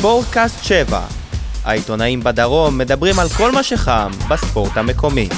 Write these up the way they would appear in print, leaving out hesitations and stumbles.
ספורטקאסט 7. העיתונאים בדרום מדברים על כל מה שחם בספורט המקומי.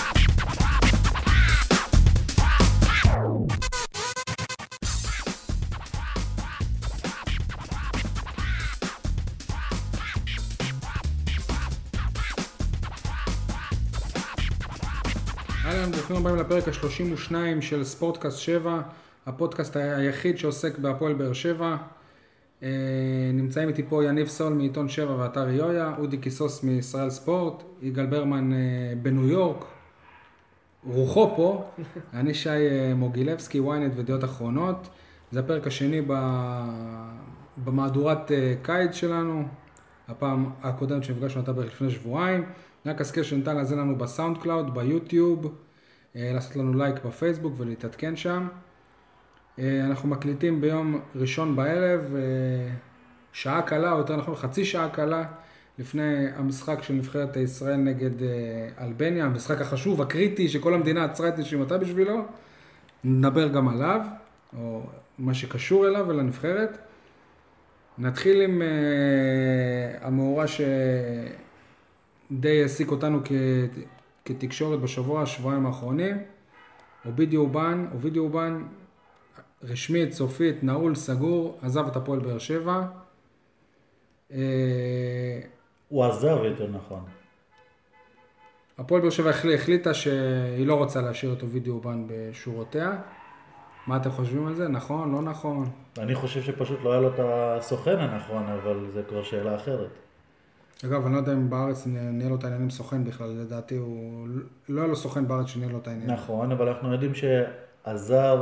אהלן, ברוכים הבאים לפרק ה-32 של ספורטקאסט 7, הפודקאסט היחיד שעוסק בהפועל באר שבע. נמצאים איתי פה יניב סול מעיתון 7 ואתר יויה, אודי קיסוס מישראל ספורט, יגאל ברמן בניו יורק, רוחו פה, אני שי מוגילבסקי, וויינט ודעות אחרונות. זה הפרק השני במהדורת קיץ שלנו, הפעם הקודמת שנפגשנו אותה בערך לפני שבועיים. רק אזכיר שניתן להאזין לנו בסאונד קלאוד, ביוטיוב, לעשות לנו לייק בפייסבוק ולהתעדכן שם. אנחנו מקליטים ביום ראשון בערב, שעה קלה, או יותר נכון חצי שעה קלה, לפני המשחק של נבחרת ישראל נגד אלבניה, המשחק החשוב, הקריטי, שכל המדינה עצרה את נשימתה בשבילו. נדבר גם עליו, או מה שקשור אליו ולנבחרת. נתחיל עם המאורע די העסיק אותנו כתקשורת שבועיים האחרונים. אובידי אובן, רשמית, סופית, נעול, סגור, עזב את הפועל באר שבע. הוא עזב יותר נכון. הפועל באר שבע החליטה שהיא לא רוצה להשאיר את אובידי אובן בשורותיה. מה אתם חושבים על זה? נכון, לא נכון? אני חושב שפשוט לא היה לו את הסוכן הנכון, אבל זה כבר שאלה אחרת. אגב, אני לא יודע אם בארץ נהיה לו את העניינים סוכן בכלל, לדעתי הוא לא היה לו סוכן בארץ שנהיה לו את העניינים. נכון, אבל אנחנו יודעים שעזר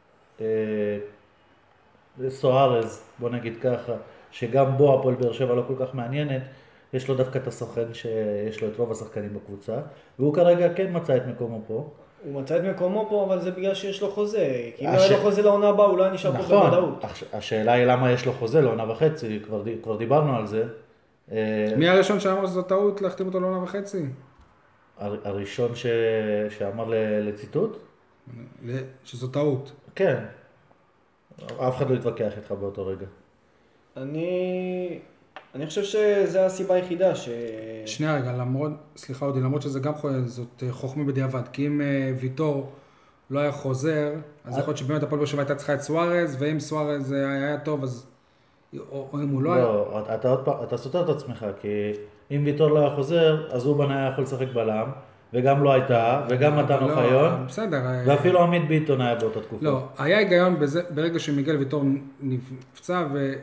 סוארז, בוא נגיד ככה, שגם בו הפועל באר שבע לא כל כך מעניינת, יש לו דווקא את הסוכן שיש לו את רוב השחקנים בקבוצה, והוא כרגע כן מצא את מקומו פה. הוא מצא את מקומו פה, אבל זה בגלל שיש לו חוזה. כי אם לא היה לו חוזה לעונה הבאה, הוא לא נשאר פה בוודאות. השאלה היא למה יש לו חוזה לעונה וחצי, כבר דיברנו על זה. מי הראשון שאמר שזו טעות להחתים אותו לעונה וחצי? הראשון שאמר לציטוט? שזו טעות. כן. אף אחד לא יתווכח איתך באותו רגע. אני חושב שזה הסיבה היחידה שנייה רגע, למרות שזה גם זאת חוכמה בדיעבד, כי אם ויטור לא היה חוזר, אז יכול להיות שבאמת הפועל באר שבע הייתה צריכה את סוארז, ואם סוארז היה טוב, אז או אם הוא לא היה... לא, אתה סותר את עצמך, כי אם ויטור לא היה חוזר, אז אובן היה יכול לשחק בלם, וגם לא הייתה, וגם מתן אוחיון, ואפילו עמית ביטון היה באותה תקופה. לא, היה היגיון ברגע שמיגל ויטור נפצע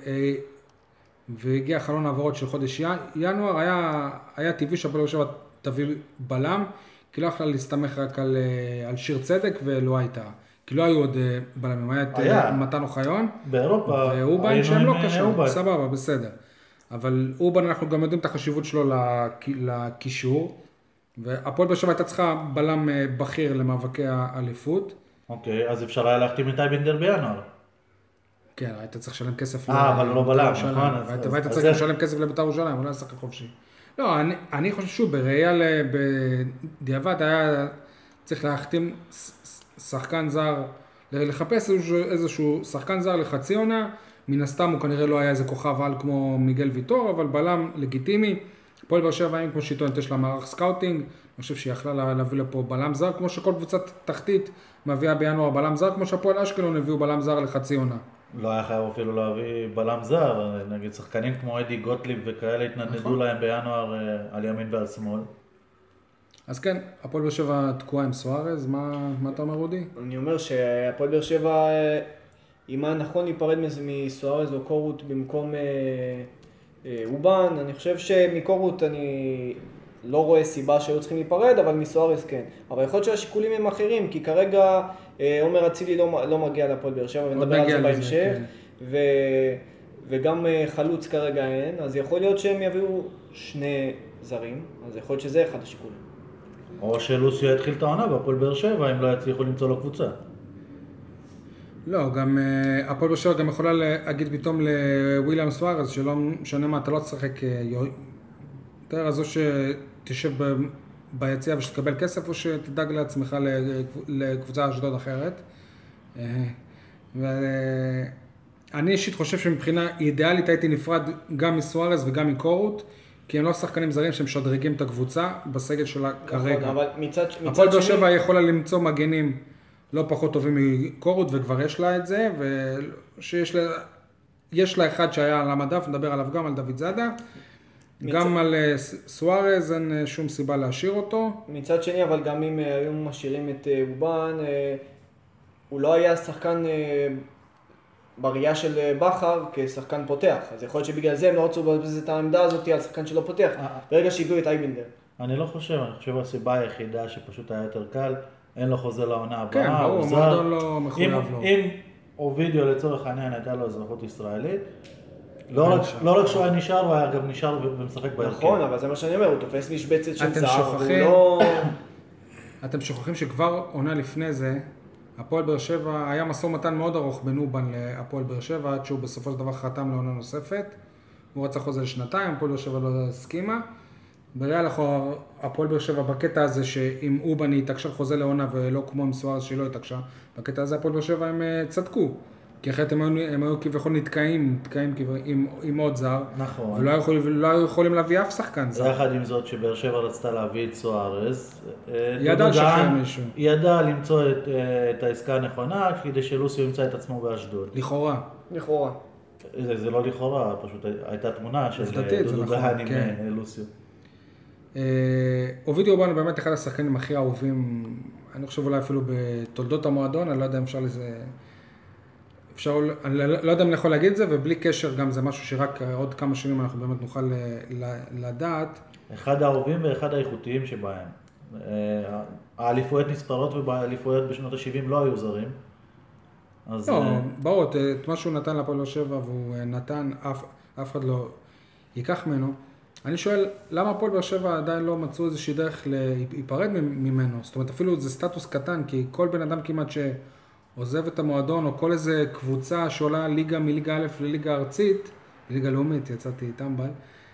והגיע חלון העברות של חודש ינואר, היה טבעי שהפועל באר שבע תביא בלם, כי לא יכלה להסתמך רק על שיר צדק ולא הייתה. כי לא היו עוד בלמים, היה מתן אוחיון, באירופה, ואובן שהם לא קשר, סבבה, בסדר. אבל אובן אנחנו גם יודעים את החשיבות שלו לקישור, והפועל באר שבע הייתה צריכה בלם בכיר למאבקי האליפות. אוקיי, אז אפשר היה להחתים את אייבנדר בינואר. כן, היית צריך לשלם כסף אבל לא בלם, נכון? והיית צריך לשלם כסף לבית"ר ירושלים, אבל לא לשחק חופשי. לא, אני חושב שוב, בראייה בדיעבד היה צריך להחתים שחקן זר, לחפש איזשהו שחקן זר לחצי עונה, מן הסתם הוא כנראה לא היה איזה כוכב על כמו מיגל ויטור, אבל בלם לגיטימי. הפועל באר שבע כמו שיטונת יש לה מערך סקאוטינג, אני חושב שהיא יכלה להביא לפה בלם זר, כמו שכל קבוצת תחתית מביאה בינואר בלם זר, כמו שהפועל אשקלון הביאו בלם זר לחצי עונה. לא היה חייב אפילו להביא בלם זר, נגיד שחקנים כמו אדי גוטליב וכאלה התנדנדו להם בינואר על ימין ועל שמאל. אז כן, הפועל באר שבע תקועה עם סוארז, מה אתה אומר אודי? אני אומר שהפועל באר שבע, אם היה נכון להיפרד מסוארז או קורות במקום אובן, אני חושב שמקורות אני לא רואה סיבה שהיו צריכים להיפרד, אבל מסוארז כן. אבל יכול להיות שהשיקולים הם אחרים, כי כרגע עומר אצילי לא מגיע לפועל באר שבע, ונדבר על זה בהמשך, וגם חלוץ כרגע אין, אז יכול להיות שהם יביאו שני זרים, אז יכול להיות שזה אחד השיקולים. או שלוסיו יתחיל את העונה בהפועל באר שבע, אם לא יצליחו למצוא לו קבוצה. לא, גם הפועל באר שבע גם יכולה להגיד פתאום לוויליאם סוארז, שלא משנה מה, אתה לא תשחק יותר, אז או שתשב ביציאה ושתקבל כסף, או שתדאג לעצמך לקבוצה אשדוד אחרת. אני אישית חושב שמבחינה אידיאלית הייתי נפרד גם מסוארז וגם מקורות, כי הם לא שחקנים זרים שמשדרגים את הקבוצה בסגל שלה כרגע. נכון, אבל מצד הפועל באר שני... שבע יכולה למצוא מגנים לא פחות טובים מקורות, וכבר יש לה את זה, יש לה אחד שהיה על המדף, נדבר עליו גם, על דוד זאדה. גם על סוארז אין שום סיבה להשאיר אותו. מצד שני, אבל גם אם היו משאירים את אובן, הוא לא היה שחקן בראייה של בכר כשחקן פותח. אז יכול להיות שבגלל זה הם לא רצו לבזבז את העמדה הזאת על שחקן שלא פותח. ברגע שהביאו את אייבינדר. אני לא חושב, אני חושב הסיבה היחידה שפשוט היה יותר קל, אין לו חוזה לעונה הבאה. כן, ברור, מועדון לא מחויב לו. אם אובידיו לצורך העניין הייתה לו אזרחות ישראלית, לא רק שהוא היה נשאר, הוא היה גם נשאר ומשחק בהרכב. נכון, אבל זה מה שאני אומר, הוא תופס משבצת של אתם זר, הוא שוכחים- לא... אתם שוכחים שכבר עונה לפני זה, הפועל באר שבע, היה משא ומתן מאוד ארוך בין אובן להפועל באר שבע, עד שהוא בסופו של דבר חתם לעונה נוספת. הוא רצה חוזה לשנתיים, הפועל באר שבע לא הסכימה. בריאל הפועל באר שבע בקטע הזה שאם אובן יתעקשה חוזה לעונה ולא כמו עם סוארז שלא התעקשה, בקטע הזה הפועל באר שבע הם צדקו. כי אחרת הם היו כביכול נתקעים עם עוד זר. נכון. ולא היו יכולים להביא אף שחקן זר. יחד עם זאת שבאר שבע רצתה להביא את סוארז, ידע לשחרר מישהו. ידע למצוא את העסקה הנכונה כדי שלוסיו ימצא את עצמו באשדוד. לכאורה. לכאורה. זה לא לכאורה, פשוט הייתה תמונה של עובדתית, זה דודו נכון, דהן עם כן. לוסיו. אובידיו אובן הוא באמת אחד השחקנים הכי אהובים, אני חושב אולי אפילו בתולדות המועדון, אני לא יודע אם אני לא יודע אם אני יכול להגיד את זה, ובלי קשר גם זה משהו שרק עוד כמה שנים אנחנו באמת נוכל לדעת. אחד האהובים ואחד האיכותיים שבהם. האליפויות נספרות ובאליפויות בשנות ה-70 לא היו זרים. אז לא, ברור, את מה שהוא נתן להפועל באר שבע והוא נתן, אף אחד לא ייקח ממנו. אני שואל, למה הפועל באר שבע עדיין לא מצאו איזושהי דרך להיפרד ממנו? זאת אומרת, אפילו זה סטטוס קטן, כי כל בן אדם כמעט שעוזב את המועדון, או כל איזה קבוצה שעולה ליגה מליגה א' לליגה ארצית, ליגה לאומית, יצאתי טמבל,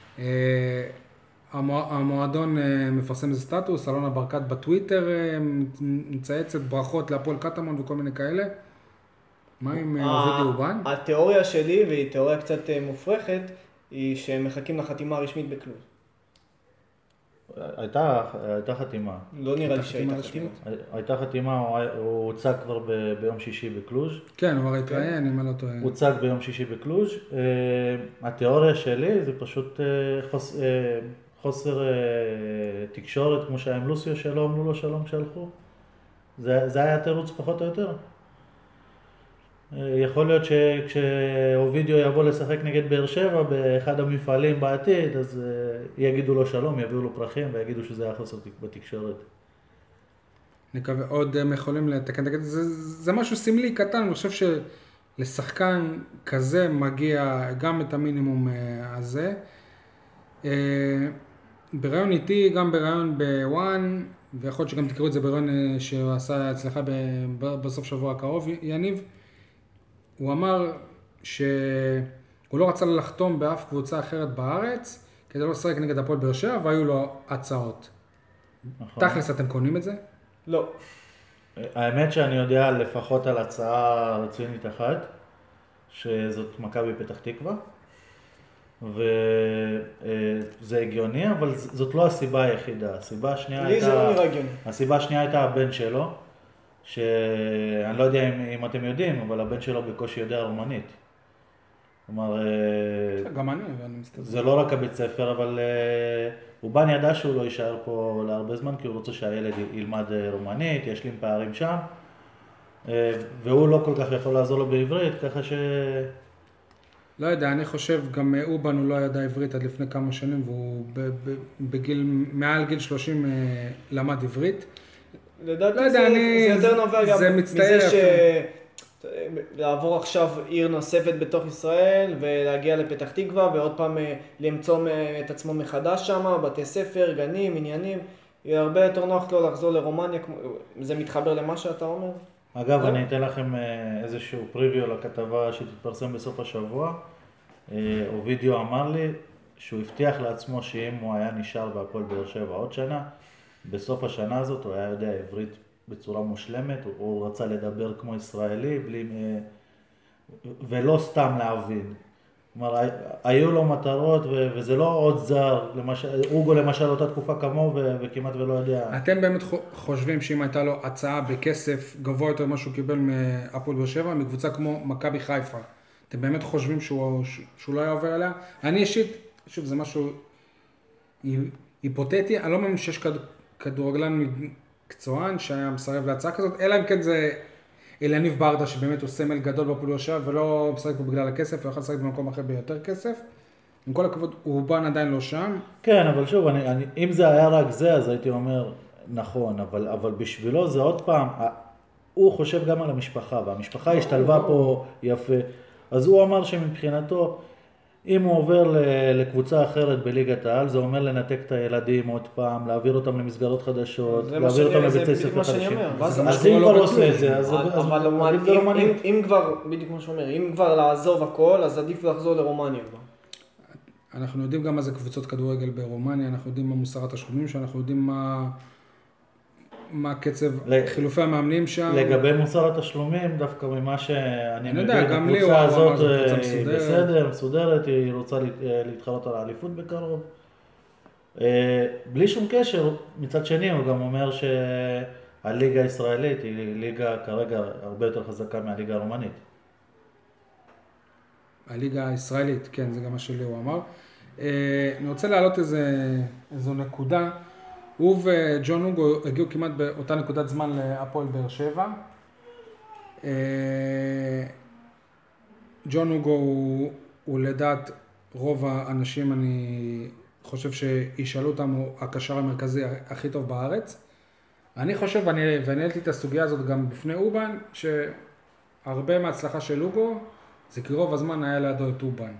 המועדון מפרסם איזה סטטוס, אלונה ברקת בטוויטר מצייצת ברכות להפועל קטמון וכל מיני כאלה. מה עם אובידיו אובן? התיאוריה שלי, והיא תיאוריה קצת מופרכת, היא שהם מחכים לחתימה הרשמית בקלוז. הייתה חתימה. לא נראה לי חתימה שהייתה רשמית? חתימה. הייתה חתימה, הוא הוצג כבר ביום שישי בקלוז'. כן, הוא התראיין, אם אני לא טועה. הוצג ביום שישי בקלוז'. התיאוריה שלי זה פשוט חוסר תקשורת, כמו שהיה עם לוסיו שלא אמרו לו שלום כשהלכו. זה היה תירוץ פחות או יותר. יכול להיות שכשאובידיו יבוא לשחק נגד באר שבע באחד המפעלים בעתיד, אז יגידו לו שלום, יביאו לו פרחים ויגידו שזה היה חוסר בתקשורת. נקווה, עוד הם יכולים לתקן, זה משהו סמלי קטן, אני חושב שלשחקן כזה מגיע גם את המינימום הזה. ברעיון איתי, גם ברעיון בוואן, ויכול להיות שגם תקראו את זה ברעיון שהוא עשה אצלך בסוף שבוע הקרוב, יניב. הוא אמר שהוא לא רצה לחתום באף קבוצה אחרת בארץ, כדי לא לשחק נגד הפועל באר שבע, והיו לו הצעות. נכון. תכלס, אתם קונים את זה? לא. האמת שאני יודע לפחות על הצעה רצינית אחת, שזאת מכבי פתח תקווה, וזה הגיוני, אבל זאת לא הסיבה היחידה. הסיבה השנייה לי זה לא נראה הגיוני. הסיבה השנייה הייתה הבן שלו, שאני לא יודע אם אתם יודעים, אבל הבן שלו בקושי יודע רומנית. כלומר, גם אני מסתכל. זה לא רק הבית ספר, אבל אובן ידע שהוא לא יישאר פה להרבה זמן, כי הוא רוצה שהילד ילמד רומנית, ישלים פערים שם, והוא לא כל כך יכול לעזור לו בעברית, ככה ש... לא יודע, אני חושב, גם אובן הוא לא ידע עברית עד לפני כמה שנים, והוא מעל גיל 30 למד עברית. לדעתי זה יותר נובע גם מזה לעבור עכשיו עיר נוספת בתוך ישראל ולהגיע לפתח תקווה ועוד פעם למצוא את עצמו מחדש שם, בתי ספר, גנים, עניינים. יהיה הרבה יותר נוח לו לחזור לרומניה, זה מתחבר למה שאתה אומר? אגב, אני אתן לכם איזשהו פריוויו לכתבה שתתפרסם בסוף השבוע. אובידיו אמר לי שהוא הבטיח לעצמו שאם הוא היה נשאר בהפועל באר שבע עוד שנה, בסוף השנה הזאת הוא היה יודע עברית בצורה מושלמת, הוא רצה לדבר כמו ישראלי, ולא סתם להבין. כלומר, היו לו מטרות וזה לא עוד זר, אוגו למשל אותה תקופה כמוהו וכמעט ולא יודע. אתם באמת חושבים שאם הייתה לו הצעה בכסף גבוה יותר ממה שהוא קיבל מהפועל באר שבע, מקבוצה כמו מכבי חיפה, אתם באמת חושבים שהוא לא היה עובר אליה? אני אישית, שוב, זה משהו היפותטי, אני לא מאמין שיש כדורגלן מקצוען שהיה מסרב להצעה כזאת, אלא אם כן זה אליניב ברדה שבאמת הוא סמל גדול בפועל באר שבע ולא משחק פה בגלל הכסף, הוא יכול לשחק במקום אחר ביותר כסף. עם כל הכבוד, אובן עדיין לא שם. כן, אבל שוב, אם זה היה רק זה, אז הייתי אומר, נכון, אבל בשבילו זה עוד פעם, הוא חושב גם על המשפחה, והמשפחה השתלבה פה יפה. אז הוא אמר שמבחינתו, אם הוא עובר לקבוצה אחרת בליגת העל, זה אומר לנתק את הילדים עוד פעם, להעביר אותם למסגרות חדשות, להעביר אותם לבתי ספר חדשים. אז אם כבר עושה את זה, אז אם כבר, בדיוק כמו שאומר, אם כבר לעזוב הכל, אז עדיף לחזור לרומניה כבר. אנחנו יודעים גם מה זה קבוצות כדורגל ברומניה, אנחנו יודעים מה מוסר התשלומים שם, אנחנו יודעים מה קצב חילופי המאמנים שם. לגבי מוסר התשלומים, דווקא ממה שאני מבין, הקבוצה הזאת בסדר, מסודרת, היא רוצה להתחרות על האליפות בקרוב. בלי שום קשר, מצד שני הוא גם אומר שהליגה הישראלית היא ליגה כרגע הרבה יותר חזקה מהליגה הרומנית. הליגה הישראלית, כן, זה גם מה שלי הוא אמר. אני רוצה להעלות איזו נקודה. הוא וג'ון אוגו הגיעו כמעט באותה נקודת זמן להפועל באר שבע. ג'ון אוגו הוא לדעת רוב האנשים, אני חושב שישאלו אותם, הוא הקשר המרכזי הכי טוב בארץ. אני חושב, ואני העליתי את הסוגיה הזאת גם בפני אובן, שהרבה מההצלחה של אוגו, זה כי רוב הזמן היה לידו את אובן.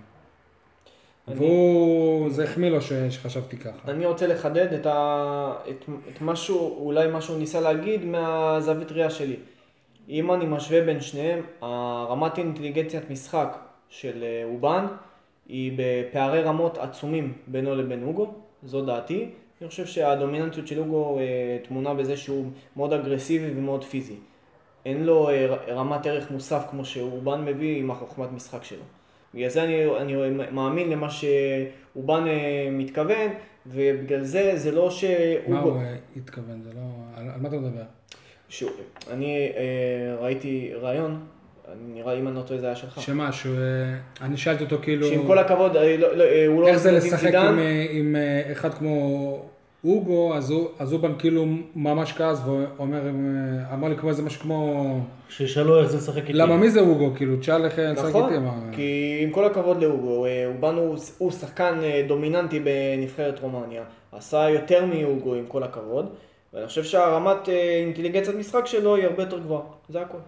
זה החמיא לו שחשבתי ככה. אני רוצה לחדד את משהו, אולי משהו ניסה להגיד מהזווית ראייה שלי. אם אני משווה בין שניהם, הרמת אינטליגנציית משחק של אובן היא בפערי רמות עצומים בינו לבין אוגו, זו דעתי. אני חושב שהדומיננטיות של אוגו תמונה בזה שהוא מאוד אגרסיבי ומאוד פיזי. אין לו רמת ערך מוסף כמו שאובן מביא עם החוכמת משחק שלו. בגלל זה אני מאמין למה שאובן מתכוון, ובגלל זה לא שאוגו... מה הוא התכוון? זה לא... על מה אתה מדבר? אני ראיתי רעיון, נראה אם אני לא טועה זה היה שלך. שמה? אני שאלתי אותו כאילו... שעם כל הכבוד, הוא לא... איך זה לשחק עם אחד כמו אוגו, אז אובן כאילו ממש כעס ואמר לי כמו איזה משהו כמו... שישאלו איך זה לשחק איתי. למה מי זה אוגו? כאילו תשאל איך לשחק איתי. נכון, כי עם כל הכבוד לאוגו, אובן הוא שחקן דומיננטי בנבחרת רומניה. עשה יותר מאוגו עם כל הכבוד, ואני חושב שהרמת אינטליגנציית משחק שלו היא הרבה יותר גבוהה. זה הכל.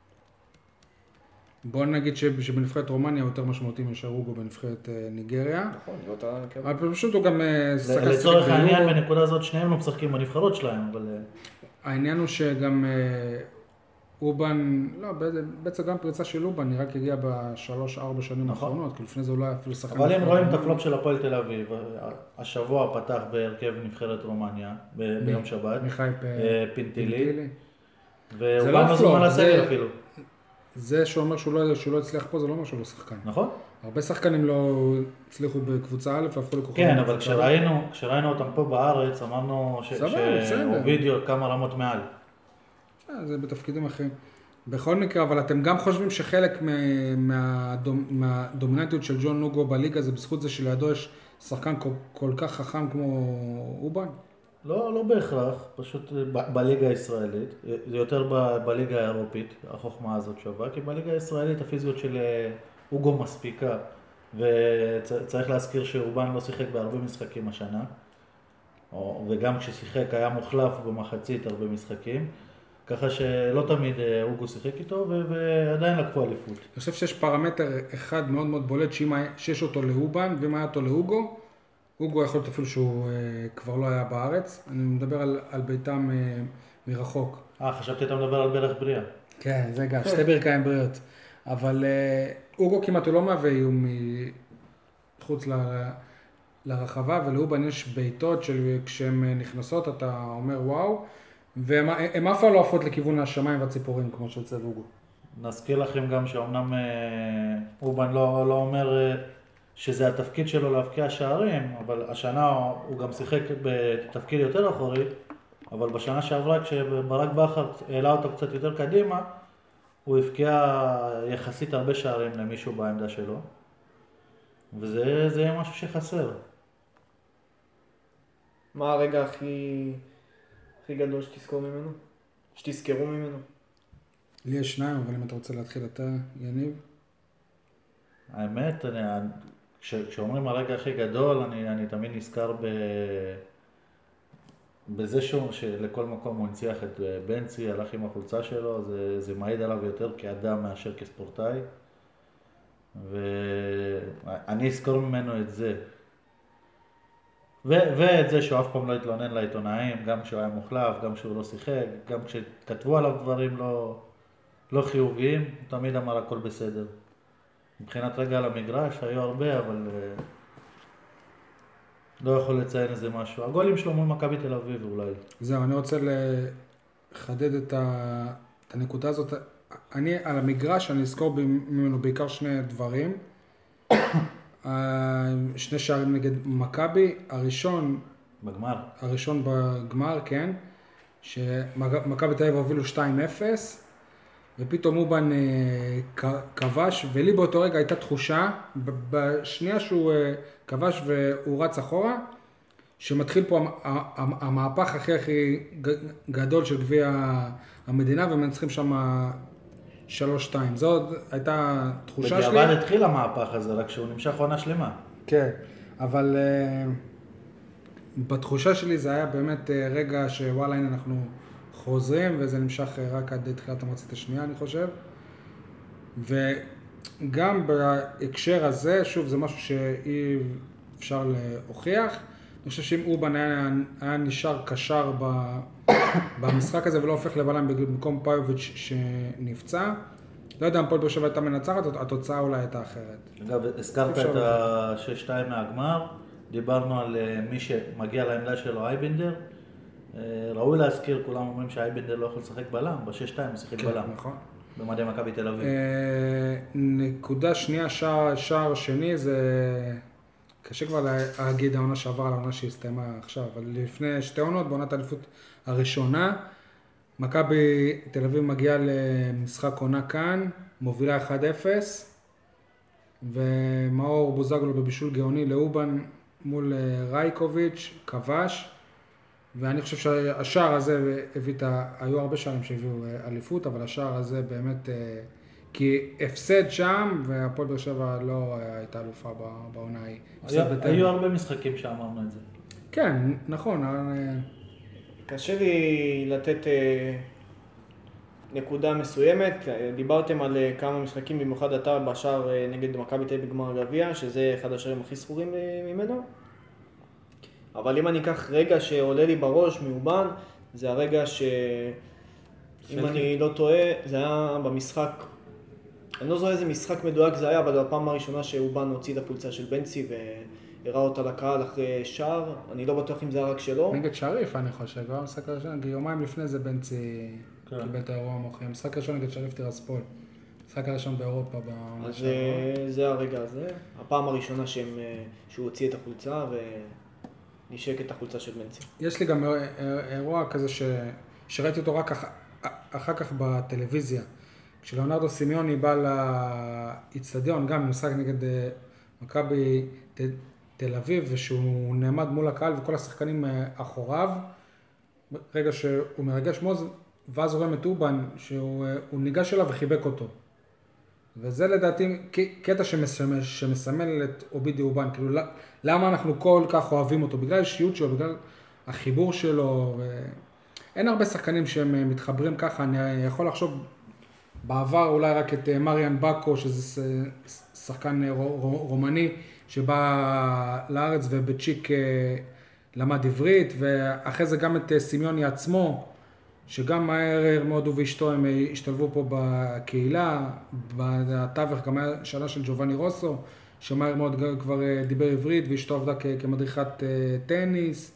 בוא נגיד שבנבחרת רומניה הוא יותר משמעותי מאשר אוגו בנבחרת ניגריה. נכון, זה אותה נקרא. אבל פשוט הוא גם לצורך העניין בנקודה הזאת שניהם לא משחקים בנבחרות שלהם, אבל... העניין הוא שגם אובן, לא, בעצם גם פריצה של אובן, רק הגיע ב3-4 שנים האחרונות, כי לפני זה אולי אפילו שחקן... אבל אם רואים את הפלופ של הפועל תל אביב, השבוע פתח בהרכב נבחרת רומניה, ביום שבת, מיכאי פינטילי, ואובן מזומן לסגל אפילו. זה שאומר שהוא לא הצליח פה, זה לא אומר שהוא לא שחקן. נכון. הרבה שחקנים לא הצליחו בקבוצה א' והפכו לכוכבים. כן, אבל כשראינו אותם פה בארץ, אמרנו שאובידיו כמה רמות מעל. זה בתפקידים אחרים. בכל מקרה, אבל אתם גם חושבים שחלק מהדומיננטיות של ג'ון אוגו בליגה זה בזכות זה שלידו יש שחקן כל כך חכם כמו אובן? לא בהכרח, פשוט בליגה הישראלית, זה יותר בליגה האירופית, החוכמה הזאת שווה, כי בליגה הישראלית הפיזיות של אוגו מספיקה, וצריך להזכיר שאובן לא שיחק בהרבה משחקים השנה, וגם כששיחק היה מוחלף במחצית הרבה משחקים, ככה שלא תמיד אוגו שיחק איתו, ועדיין לקחו אליפות. אני חושב שיש פרמטר אחד מאוד מאוד בולט, שיש אותו לאובן, ואם היה אותו לאוגו, אוגו יכול להיות אפילו שהוא כבר לא היה בארץ, אני מדבר על ביתם מרחוק. חשבתי אתה מדבר על ברך בריאה. כן, זה גם, שתי ברכיים בריאות. אבל אוגו כמעט הוא לא מהווה איום מחוץ לרחבה, ולאובן יש ביתות שכשהן נכנסות אתה אומר וואו, והן אף פעם לא עפות לכיוון השמיים והציפורים כמו שאצל אוגו. נזכיר לכם גם שאומנם אובן לא אומר שזה התפקיד שלו להבקיע שערים, אבל השנה הוא גם שיחק בתפקיד יותר אחורי, אבל בשנה שעברה כשברק בכר העלה אותו קצת יותר קדימה, הוא הבקיע יחסית הרבה שערים למישהו בעמדה שלו, וזה משהו שחסר. מה הרגע הכי גדול שתזכרו ממנו? לי יש שניים, אבל אם אתה רוצה להתחיל אתה, יניב. האמת, כשאומרים הרגע הכי גדול, אני תמיד נזכר בזה שלכל מקום הוא הנציח את בנצי, הלך עם החולצה שלו, זה מעיד עליו יותר כאדם מאשר כספורטאי. ואני אזכור ממנו את זה. ואת זה שהוא אף פעם לא התלונן לעיתונאים, גם כשהוא היה מוחלף, גם כשהוא לא שיחק, גם כשכתבו עליו דברים לא חיוביים, הוא תמיד אמר הכל בסדר. מבחינת רגע על המגרש היו הרבה, אבל לא יכול לציין איזה משהו. הגולים שלו מול מכבי תל אביב אולי. זהו, אני רוצה לחדד את הנקודה הזאת. אני על המגרש, אני אזכור ממנו בעיקר שני דברים. שני שערים נגד מכבי, הראשון בגמר, כן, שמכבי תל אביב הובילו 2-0, ופתאום אובן כבש, ולי באותו רגע הייתה תחושה, בשנייה שהוא כבש והוא רץ אחורה, שמתחיל פה המהפך הכי גדול של גביע המדינה, ומנצחים שם 3-2. זאת הייתה תחושה שלי. בדיעבד התחיל המהפך הזה, רק שהוא נמשך עונה שלמה. כן, אבל בתחושה שלי זה היה באמת רגע שוואלה, הנה אנחנו חוזרים, וזה נמשך רק עד תחילת המחצית השנייה, אני חושב. וגם בהקשר הזה, שוב, זה משהו שאי אפשר להוכיח. אני חושב שאם אובן היה נשאר קשר במשחק הזה ולא הופך לבלם במקום פאיוביץ' שנפצע, לא יודע אם הפועל באר שבע הייתה מנצחת, התוצאה אולי הייתה אחרת. אגב, הזכרת את ה-6-2 מהגמר, דיברנו על מי שמגיע לעמדה שלו, אייבנדר. ראוי להזכיר, כולם אומרים שאייבנדר לא יכול לשחק בלם, ב-6-2 הוא שיחק בלם. נכון. במדי מכבי תל אביב. נקודה שנייה, שער שני, זה קשה כבר להגיד העונה שעבר על העונה שהסתיימה עכשיו, אבל לפני שתי עונות, בעונת האליפות הראשונה, מכבי תל אביב מגיעה למשחק עונה כאן, מובילה 1-0, ומאור בוזגלו בבישול גאוני לאובן מול רייקוביץ' כבש, ואני חושב שהשער הזה היו הרבה שערים שהביאו אליפות, אבל השער הזה באמת, כי הפסד שם, והפועל באר שבע לא הייתה אלופה בעונה ההיא. היו הרבה משחקים שאמרנו את זה. כן, נכון. קשה לי לתת נקודה מסוימת. דיברתם על כמה משחקים, במיוחד אתה בשער נגד מכבי תל אביב בגמר הגביע, שזה אחד השערים הכי ספורים ממנו. אבל אם אני אקח רגע שעולה לי בראש מאובן, זה הרגע אם אני לא טועה, זה היה במשחק, אני לא זוכר איזה משחק מדויק זה היה, אבל בפעם הראשונה שאובן הוציא את החולצה של בנצי והראה אותה לקהל אחרי שער, אני לא בטוח אם זה היה רק שלו. נגד שריף אני חושב, היה המשחק הראשון, יומיים לפני זה בנצי קיבל את האירוע המוחי, המשחק הראשון נגד שריף טירספול, המשחק הראשון באירופה. אז זה הרגע הזה, הפעם הראשונה שהוא הוציא את החולצה נשק את החולצה של בנצי. יש לי גם אירוע כזה שראיתי אותו רק אחר כך בטלוויזיה. כשלאונרדו סימיוני בא לאצטדיון, גם במשחק נגד מכבי תל אביב, ושהוא נעמד מול הקהל וכל השחקנים אחוריו, רגע שהוא מרגש מאוד, ואז רואים את אובן שהוא ניגש אליו וחיבק אותו. וזה לדעתי קטע שמסמל את אובידי אובן, כאילו למה אנחנו כל כך אוהבים אותו, בגלל האישיות שלו, בגלל החיבור שלו, אין הרבה שחקנים שהם מתחברים ככה, אני יכול לחשוב בעבר אולי רק את מריאן בקו, שזה שחקן רומני שבא לארץ ובצ'יק למד עברית, ואחרי זה גם את סימיוני עצמו, שגם מהר מאוד הוא ואשתו הם השתלבו פה בקהילה, בתווך גם היה שנה של ג'ובאני רוסו, שמהר מאוד כבר דיבר עברית, ואשתו עבדה כמדריכת טניס.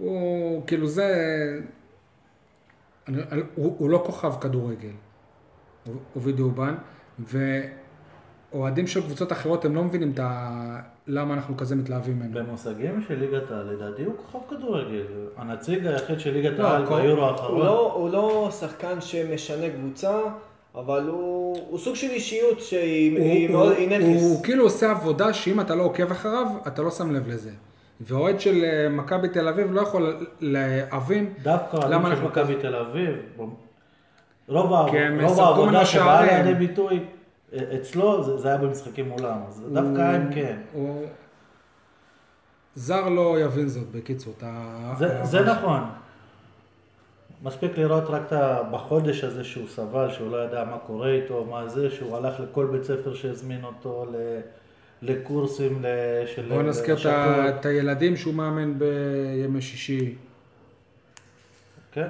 הוא כאילו זה, הוא לא כוכב כדורגל, אובידי אובן, ואוהדים של קבוצות אחרות הם לא מבינים למה אנחנו כזה מתלהבים ממנו. במושגים של ליגת העל, לדעתי הוא כוכב כדורגל. הנציג היחיד של ליגת לא, העל ביורו האחרון. הוא לא שחקן שמשנה קבוצה, אבל הוא סוג של אישיות שהיא מאוד, היא נכס. הוא כאילו עושה עבודה שאם אתה לא עוקב אחריו, אתה לא שם לב לזה. ואוהד של מכבי תל אביב לא יכול להבין דווקא למה אוהדים של אנחנו מכבי תל אביב, רוב הם רוב ספגו העבודה ממנו שבאה שערים. לידי ביטוי אצלו זה היה במשחקים מולם, אז דווקא הם כן. זר לא יבין זאת, בקיצור. זה נכון. מספיק לראות רק בחודש הזה שהוא סבל, שהוא לא ידע מה קורה איתו, מה זה, שהוא הלך לכל בית ספר שהזמין אותו לקורסים של... בוא נזכיר את הילדים שהוא מאמן בימי שישי. כן.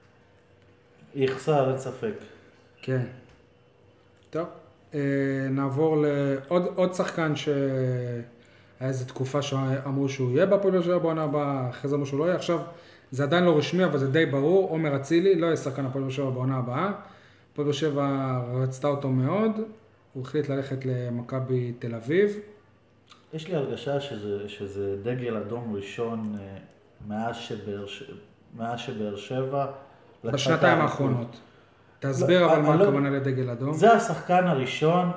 יחסר, אין ספק. כן. טוב, נעבור לעוד שחקן שהיה איזו תקופה שאמרו שהוא יהיה בהפועל באר שבע בעונה הבאה, אחרי זה אמרו שהוא לא יהיה. עכשיו זה עדיין לא רשמי, אבל זה די ברור. עומר אצילי לא יהיה שחקן הפועל באר שבע בעונה הבאה. הפועל באר שבע רצתה אותו מאוד, הוא החליט ללכת למכבי תל אביב. יש לי הרגשה שזה דגל אדום ראשון מאז שבאר שבע... בשנתיים האחרונות. תסביר אבל מה הכוונה לדגל אדום. זה השחקן הראשון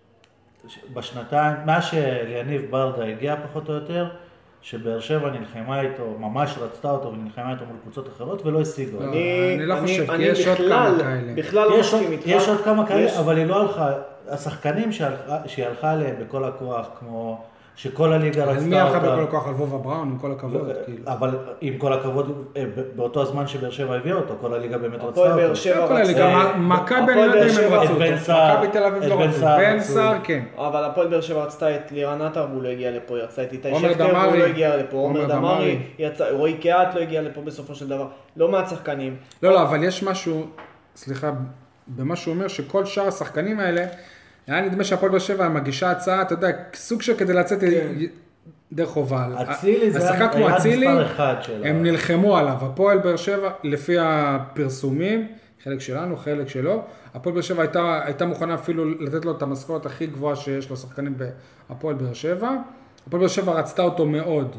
בשנתיים, מאז שליניב ברדה הגיע פחות או יותר, שבאר שבע נלחמה איתו, ממש רצתה אותו ונלחמה איתו מול קבוצות אחרות ולא השיגו. אני לא חושב, כי יש עוד כמה כאלה. בכלל לא מסכים איתך. יש עוד כמה כאלה, אבל היא לא הלכה, השחקנים שהיא הלכה עליהם בכל הכוח, כמו שכל הליגה רצתה אותה. על מי הלכה בכל הכוח? על וובה בראון, עם כל הכבוד. אבל עם כל הכבוד, באותו הזמן שבאר שבע הביאה אותו, כל הליגה באמת רצתה הפועל אותו. באר שבע רצתה. מכבי אני לא יודע אם הם רצו אותו. מכבי תל אביב לא רצו. בן סער כן. אבל הפועל באר שבע רצתה את לירן עטר והוא לא הגיע לפה, רצתה את איתי עומר שכטר והוא דמארי. לא הגיע לפה, עומר עומר דמארי, דמארי. רועי קהת לא הגיע לפה בסופו של דבר, לא מעט שחקנים. לא, אבל יש משהו, סליחה, במה שהוא אומר שכל שאר השחקנים האלה, היה נדמה שהפועל באר שבע מגישה הצעה, אתה יודע, סוג של כדי לצאת דרך חובה. אצילי זה השחקן כמו היה אצילי, מספר אחד שלו. הם נלחמו עליו. הפועל באר שבע, לפי הפרסומים, חלק שלנו, חלק שלו, הפועל באר שבע הייתה מוכנה אפילו לתת לו את המשכורת הכי גבוהה שיש לו שחקנים בהפועל באר שבע. הפועל באר שבע רצתה אותו מאוד,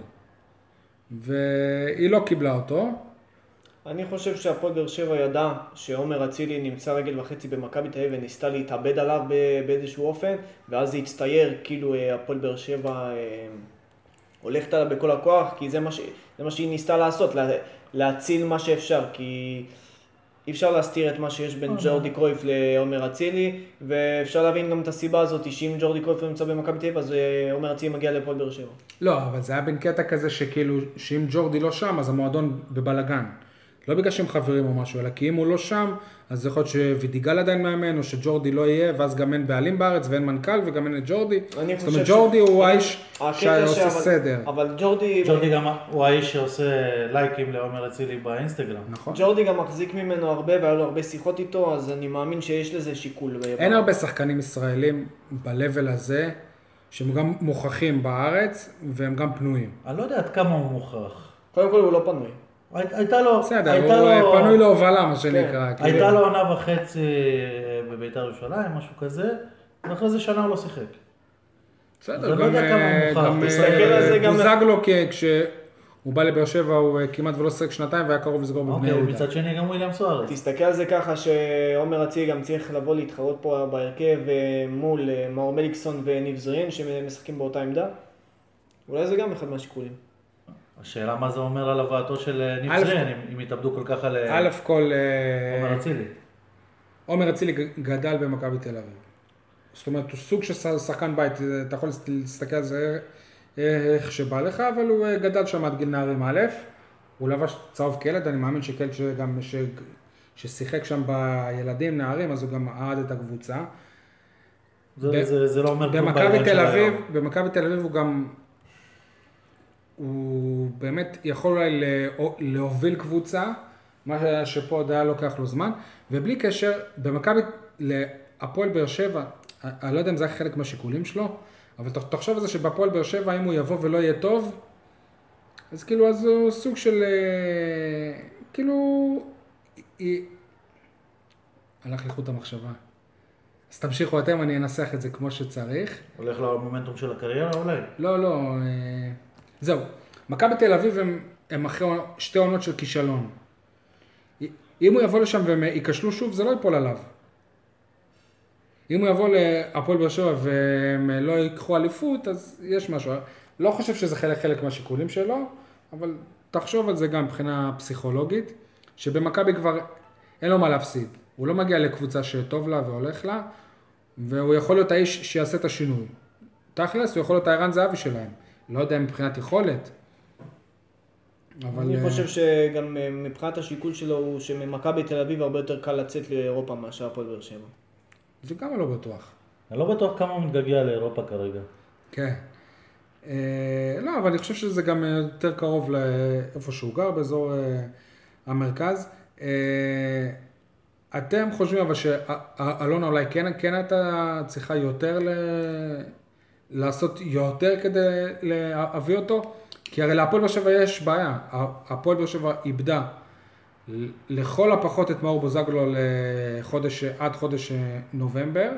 והיא לא קיבלה אותו. אני חושב שהפועל באר שבע ידע שעומר אצילי נמצא רגל וחצי במכבי תל אביב וניסתה להתאבד עליו באיזשהו אופן, ואז זה הצטייר כאילו הפועל באר שבע הולכת עליו בכל הכוח, כי זה מה שהיא ניסתה לעשות, להציל מה שאפשר, כי אי אפשר להסתיר את מה שיש בין ג'ורדי קרויף לעומר אצילי, ואפשר להבין גם את הסיבה הזאת, שאם ג'ורדי קרויף נמצא במכבי תל אביב, אז עומר אצילי מגיע לפועל באר שבע. לא, אבל זה היה בין קטע כזה שכאילו, שאם ג'ורדי לא שם, אז המועדון בבלגן. לא בגלל שהם חברים או משהו, אלא כי אם הוא לא שם, אז זה יכול להיות שווידיגל עדיין מאמן, או שג'ורדי לא יהיה, ואז גם אין בעלים בארץ, ואין מנכ"ל, וגם אין את ג'ורדי. זאת אומרת, ג'ורדי הוא האיש שעושה סדר. אבל ג'ורדי גם הוא האיש שעושה לייקים לעומר אצילי באינסטגרם. נכון. ג'ורדי גם מחזיק ממנו הרבה, והיה לו הרבה שיחות איתו, אז אני מאמין שיש לזה שיקול. אין הרבה שחקנים ישראלים ב-level הזה, שהם גם מוכחים בארץ, והם גם פנויים. אני לא יודע עד כמה הוא מוכרח. קודם כל הוא לא פנוי. הייתה לו... בסדר, הוא פנוי להובלה, מה שנקרא. הייתה לו עונה וחצי בבית"ר ירושלים, משהו כזה, ואחרי זה שנה הוא לא שיחק. בסדר, לא יודע כמה הוא מוכרח. תסתכל על זה גם... בוזגלו, כשהוא בא לבאר שבע, הוא כמעט ולא שיחק שנתיים, והיה קרוב לסגור בבני יהודה. מצד שני גם וויליאם סוארץ. תסתכל על זה ככה שעומר אצילי גם צריך לבוא להתחרות פה בהרכב מול מאור מליקסון וניב זרין, שמשחקים באותה עמדה. אולי זה גם אחד מהשיקולים. השאלה מה זה אומר על הבאתו של ניב זרין, אם יתאבדו כל כך על א' כל... עומר אצילי. עומר אצילי גדל במכבי תל אביב. זאת אומרת, הוא סוג של שחקן בית, אתה יכול להסתכל על זה איך שבא לך, אבל הוא גדל שם עד גיל נערים א', הוא לבש צהוב כילד, אני מאמין שכילד שגם ששיחק שם בילדים, נערים, אז הוא גם אהד את הקבוצה. זה לא אומר כלום בעניין של היום. במכבי תל אביב הוא גם... הוא באמת יכול אולי להוביל קבוצה, מה שפה עוד היה לוקח לו זמן, ובלי קשר, במכבי להפועל באר שבע, אני לא יודע אם זה היה חלק מהשיקולים שלו, אבל תחשוב על זה שבהפועל באר שבע, אם הוא יבוא ולא יהיה טוב, אז כאילו, אז הוא סוג של, כאילו, הלך לחוט המחשבה. אז תמשיכו אתם, אני אנסח את זה כמו שצריך. הולך למומנטום של הקריירה אולי? לא, זהו. מכבי תל אביב הם אחרי 2 עונות של כישלון. אם הוא יבוא לשם והם ייכשלו שוב, זה לא ייפול עליו. אם הוא יבוא להפועל באר שבע והם לא ייקחו אליפות, אז יש משהו. לא חושב שזה חלק מהשיקולים שלו, אבל תחשוב על זה גם מבחינה פסיכולוגית, שבמכבי כבר אין לו מה להפסיד. הוא לא מגיע לקבוצה שטוב לה והולך לה, והוא יכול להיות האיש שיעשה את השינוי. תכלס, הוא יכול להיות הערן זהבי שלהם. לא יודע מבחינת יכולת. אבל... אני חושב שגם מבחינת השיקול שלו הוא שממכבי תל אביב הרבה יותר קל לצאת לאירופה מאשר הפועל באר שבע. זה גם לא בטוח. אני לא בטוח כמה הוא מתגעגע לאירופה כרגע. כן. לא, אבל אני חושב שזה גם יותר קרוב לאיפה שהוא גר, באזור המרכז. אתם חושבים אבל שאלונה אולי כן הייתה צריכה יותר לעשות יותר כדי להביא אותו? כי הרי להפועל באר שבע יש בעיה. הפועל באר שבע איבדה לכל הפחות את מאור בוזגלו עד חודש נובמבר.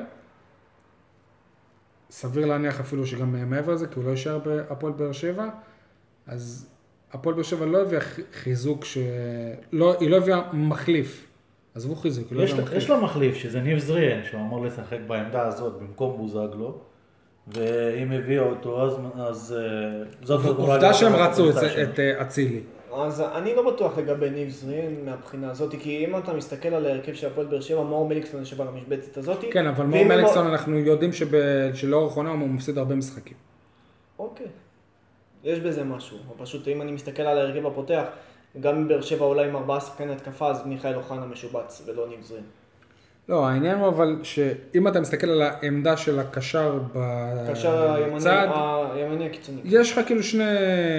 סביר להניח אפילו שגם מעבר לזה, כי הוא לא יישאר בהפועל באר שבע. אז הפועל באר שבע לא הביאה חיזוק, היא לא הביאה מחליף. עזבו חיזוק, היא לא הביאה מחליף. יש לו מחליף, שזה ניב זריאן, שהוא אמור לשחק בעמדה הזאת במקום בוזגלו. ואם הביאו אותו, אז זאת עובדה שהם רצו את אצילי. אז אני לא בטוח לגבי ניב זריאן מהבחינה הזאת, כי אם אתה מסתכל על ההרכב של הפועל באר שבע, מאור מליקסון יושב על המשבצת הזאת. כן, אבל מאור מליקסון אנחנו יודעים שלאורך העונה הוא מפסיד הרבה משחקים. אוקיי. יש בזה משהו. פשוט אם אני מסתכל על ההרכב הפותח, גם באר שבע אולי עם 4 שחקני התקפה, אז מיכאל אוחנה משובץ ולא ניב זריאן. לא, העניין הוא אבל שאם אתה מסתכל על העמדה של הקשר קשר בצד, הימני הקיצוני. יש לך כאילו 2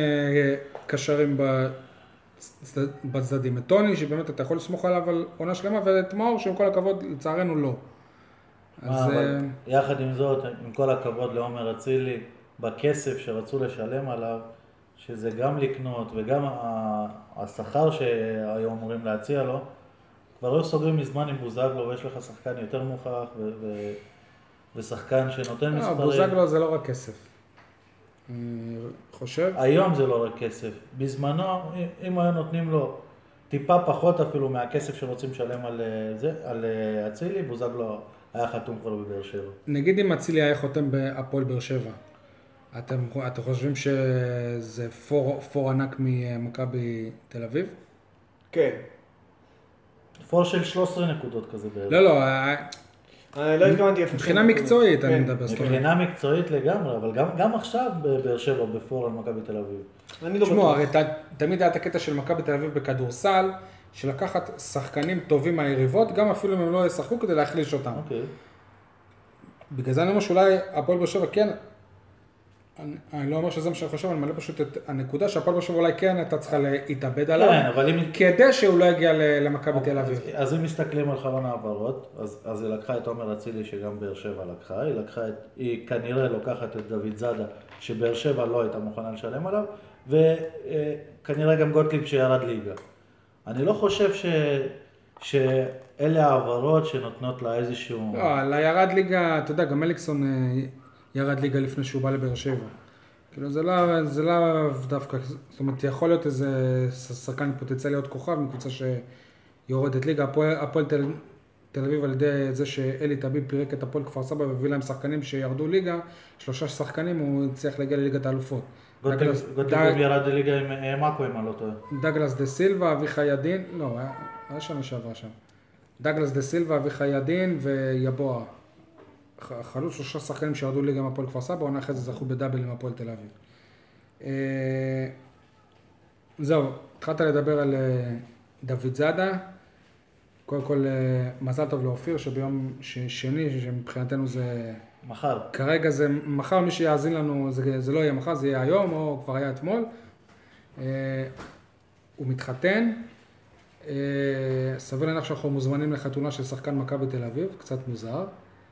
קשרים בצדדים. את טוני, שבאמת אתה יכול לסמוך עליו על עונה שלמה, ואת מאור, שעם כל הכבוד, לצערנו לא. אבל יחד עם זאת, עם כל הכבוד לעומר אצילי, בכסף שרצו לשלם עליו, שזה גם לקנות וגם השכר שהיו אמורים להציע לו, כבר היו סוגרים מזמן עם בוזגלו, ויש לך שחקן יותר מוכח ושחקן שנותן מספרים. בוזגלו זה לא רק כסף. אני חושב. היום זה לא רק כסף. בזמנו, אם היו נותנים לו טיפה פחות אפילו מהכסף שרוצים לשלם על אצילי, בוזגלו היה חתום כבר בבאר שבע. נגיד אם אצילי היה חותם בהפועל באר שבע, אתם חושבים שזה פור ענק ממכבי תל אביב? כן. פור של 13 נקודות כזה בערך. לא, לא התכוונתי איפה. מבחינה מקצועית אני מדבר. מבחינה מקצועית לגמרי, אבל גם עכשיו בבאר שבע בפור על מכבי תל אביב. אני לא בטוח. תשמעו, הרי תמיד היה את הקטע של מכבי תל אביב בכדורסל, של לקחת שחקנים טובים מהיריבות, גם אפילו אם הם לא ישחקו כדי להחליש אותם. אוקיי. בגלל זה אני אומר שאולי הפועל באר שבע כן, אני לא אומר שזה מה שאני חושב, אני מלא פשוט את הנקודה שהפועל באר שבע אולי כן הייתה צריכה להתאבד עליו, כן, אבל אם... כדי שהוא לא יגיע למכבי תל אביב. אז אם מסתכלים על חלון העברות, אז היא לקחה את עומר אצילי שגם באר שבע לקחה, היא כנראה לוקחת את דוד זאדה שבאר שבע לא הייתה מוכנה לשלם עליו, וכנראה גם גוטליב שירד ליגה. אני לא חושב שאלה העברות שנותנות לה איזשהו... לא, לירד ליגה, אתה יודע, גם מליקסון ירד ליגה לפני שהוא בא לבאר שבע. כאילו זה לא דווקא, זאת אומרת, יכול להיות איזה שחקן פוטנציאלי להיות כוכב מקבוצה שיורדת ליגה. הפועל תל אביב על ידי זה שאלי טביב פירק את הפועל כפר סבא והביא להם שחקנים שירדו ליגה, 3 שחקנים הוא הצליח להגיע לליגת האלופות. גוטליב ירד לליגה עם מאקו, אם אני לא טועה. דגלס דה סילבה, אביחי ידין, לא, היה שנה שעברה שם. דגלס דה סילבה, אביחי ידין ויבוע. חלוץ 3 שחקנים שירדו ליגה עם הפועל כפר סבא, עונה אחרי זה זכו בדאבל עם הפועל תל אביב. זהו, התחלת לדבר על דוד זאדה. קודם כל, מזל טוב לאופיר, שביום שני, שמבחינתנו זה... מחר. כרגע זה מחר, מי שיאזין לנו, זה לא יהיה מחר, זה יהיה היום, או כבר היה אתמול. הוא מתחתן. סביר להניח שאנחנו מוזמנים לחתונה של שחקן מכבי תל אביב, קצת מוזר.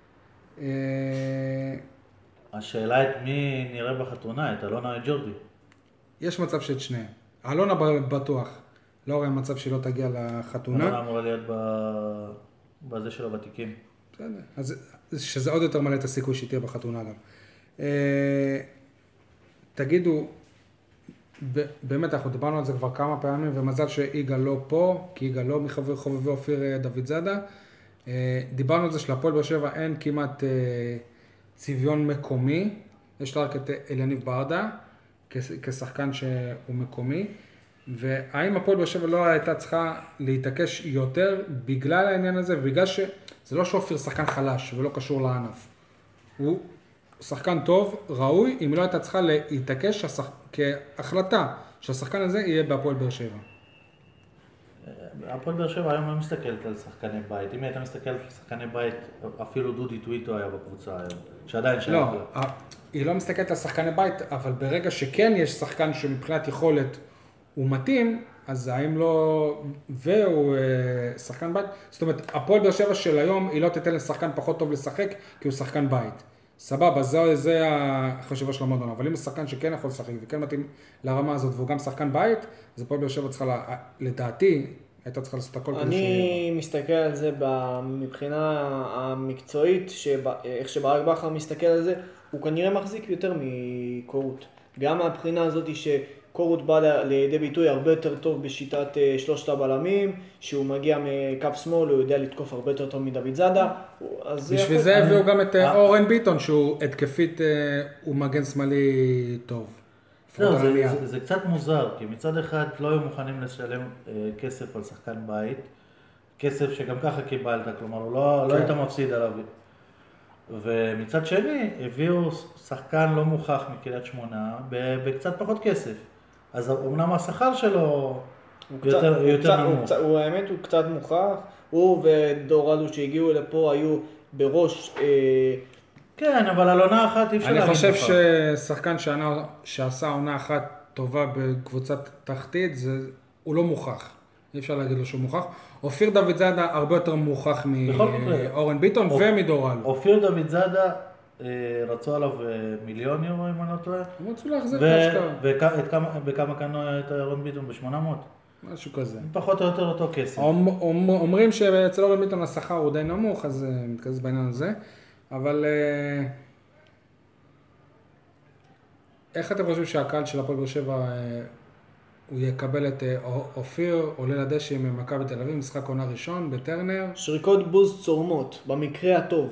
השאלה את מי נראה בחתונה, את אלונה או את ג'ורדי? יש מצב שאת שניהם. אלונה בטוח. לא רואה מצב שהיא לא תגיע לחתונה. אלונה אמורה להיות בזה של הוותיקים. בסדר. אז שזה עוד יותר מלא את הסיכוי שתהיה בחתונה גם. תגידו, באמת אנחנו דיברנו על זה כבר כמה פעמים, ומזל שיגאל לא פה, כי יגאל לא מחובבי אופיר דוד זאדה. דיברנו על זה שלהפועל באר שבע אין כמעט צביון מקומי, יש לה רק את אליניב ברדה, כשחקן שהוא מקומי, והאם הפועל באר שבע לא הייתה צריכה להתעקש יותר בגלל העניין הזה, ובגלל שזה לא שאופיר שחקן חלש ולא קשור לענף. הוא שחקן טוב, ראוי, אם לא הייתה צריכה להתעקש כהחלטה שהשחקן הזה יהיה בהפועל באר שבע. הפועל באר שבע היום לא מסתכלת על שחקני בית. אם הייתה מסתכלת על שחקני בית, אפילו דודי טוויטו היה בקבוצה היום, שעדיין שייך לא, לה. היא לא מסתכלת על שחקני בית, אבל ברגע שכן יש שחקן שמבחינת יכולת הוא מתאים, אז האם לא, והוא שחקן בית, זאת אומרת, הפועל באר שבע של היום, היא לא תתן לשחקן פחות טוב לשחק, כי הוא שחקן בית. סבבה, זה החשיבה של המועדון, אבל אם שחקן שכן יכול לשחק וכן מתאים לרמה הזאת, והוא גם שחקן בית, אז הפועל באר שבע צריכה, לדעתי, הייתה צריכה לעשות הכל. אני מסתכל על זה מבחינה המקצועית, איך שברק בכר מסתכל על זה, הוא כנראה מחזיק יותר מקורות. גם מהבחינה הזאת שקורות בא לידי ביטוי הרבה יותר טוב בשיטת שלושת הבלמים, שהוא מגיע מקו שמאל, הוא יודע לתקוף הרבה יותר טוב מדוד זאדה. בשביל זה הביאו גם את אורן ביטון, שהוא התקפית, הוא מגן שמאלי טוב. זה קצת מוזר, כי מצד אחד לא היו מוכנים לשלם כסף על שחקן בית, כסף שגם ככה קיבלת, כלומר הוא לא היית מפסיד עליו. ומצד שני, הביאו שחקן לא מוכח מקריית שמונה, בקצת פחות כסף. אז אמנם השכר שלו יותר נמוך. האמת הוא קצת מוכח, הוא ודורלו שהגיעו לפה היו בראש... כן, אבל על עונה אחת אי אפשר להגיד. אני חושב ששחקן שעשה עונה אחת טובה בקבוצת תחתית, הוא לא מוכח. אי אפשר להגיד לו שהוא מוכח. אופיר דוד זאדה הרבה יותר מוכח מאורן ביטון ומדורלו. אופיר דוד זאדה רצו עליו מיליון יורו, אם אני לא טועה. הם רצו להחזיר את ההשקעה. בכמה קנו את אורן ביטון? ב-800? משהו כזה. פחות או יותר אותו כסף. אומרים שאצל אורן ביטון השכר הוא די נמוך, אז מתכנס בעניין הזה. אבל איך אתם חושבים שהקהל של הפועל באר שבע הוא יקבל את אופיר עולה לדשא עם מכבי תל אביב, משחק עונה ראשון בטרנר? שריקות בוז צורמות, במקרה הטוב.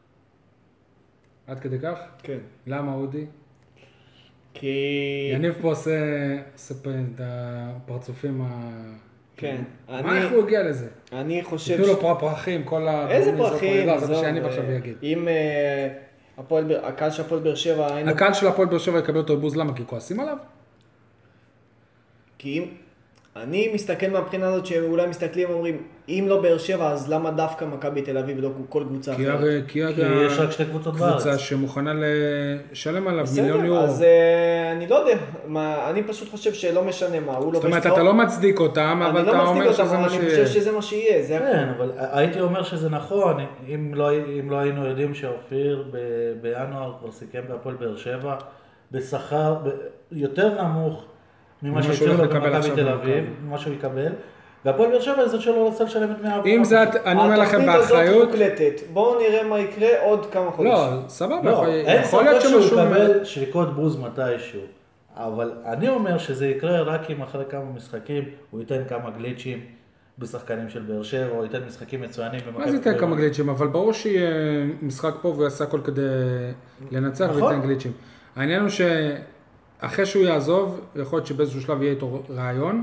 עד כדי כך? כן. למה אודי? כי... יניב פה עושה את הפרצופים כן. איך הוא הגיע לזה? אני חושב... תנו לו פרחים, כל ה... איזה פרחים? זה מה שיניב עכשיו יגיד. אם הקהל של הפועל באר שבע... הקהל של הפועל באר שבע יקבל אותו בוז, למה? כי כועסים עליו? כי אם... אני מסתכל מהבחינה הזאת שאולי מסתכלים ואומרים, אם לא באר שבע, אז למה דווקא מכבי תל אביב ולא כל קבוצה אחרת? כי יש רק שתי קבוצות בארץ. קבוצה שמוכנה לשלם עליו מיליון יורו. אז אני לא יודע, אני פשוט חושב שלא משנה מה, הוא לא... זאת אומרת, אתה לא מצדיק אותם, אבל אתה אומר שזה מה שיהיה. אני חושב שזה מה שיהיה, זה כן, אבל הייתי אומר שזה נכון, אם לא היינו יודעים שאופיר בינואר כבר סיכם בהפועל באר שבע, בשכר יותר נמוך, ממה שהוא יקבל במכבי תל אביב, ממה שהוא יקבל, והפועל באר שבע זאת שלא רוצה לשלם את 100%. אם זה, אני אומר לכם באחריות... התוכנית הזאת מוקלטת, בואו נראה מה יקרה עוד כמה חודשים. לא, סבבה, לא, אין ספק שהוא יקבל שריקות בוז מתישהו, אבל אני אומר שזה יקרה רק אם אחרי כמה משחקים הוא ייתן כמה גליצ'ים בשחקנים של באר שבע, או ייתן משחקים מצוינים. מה זה ייתן כמה גליצ'ים? אבל ברור שיהיה משחק פה והוא יעשה הכל כדי לנצח וייתן גליצ'ים. העניין הוא אחרי שהוא יעזוב, יכול להיות שבאיזשהו שלב יהיה איתו רעיון,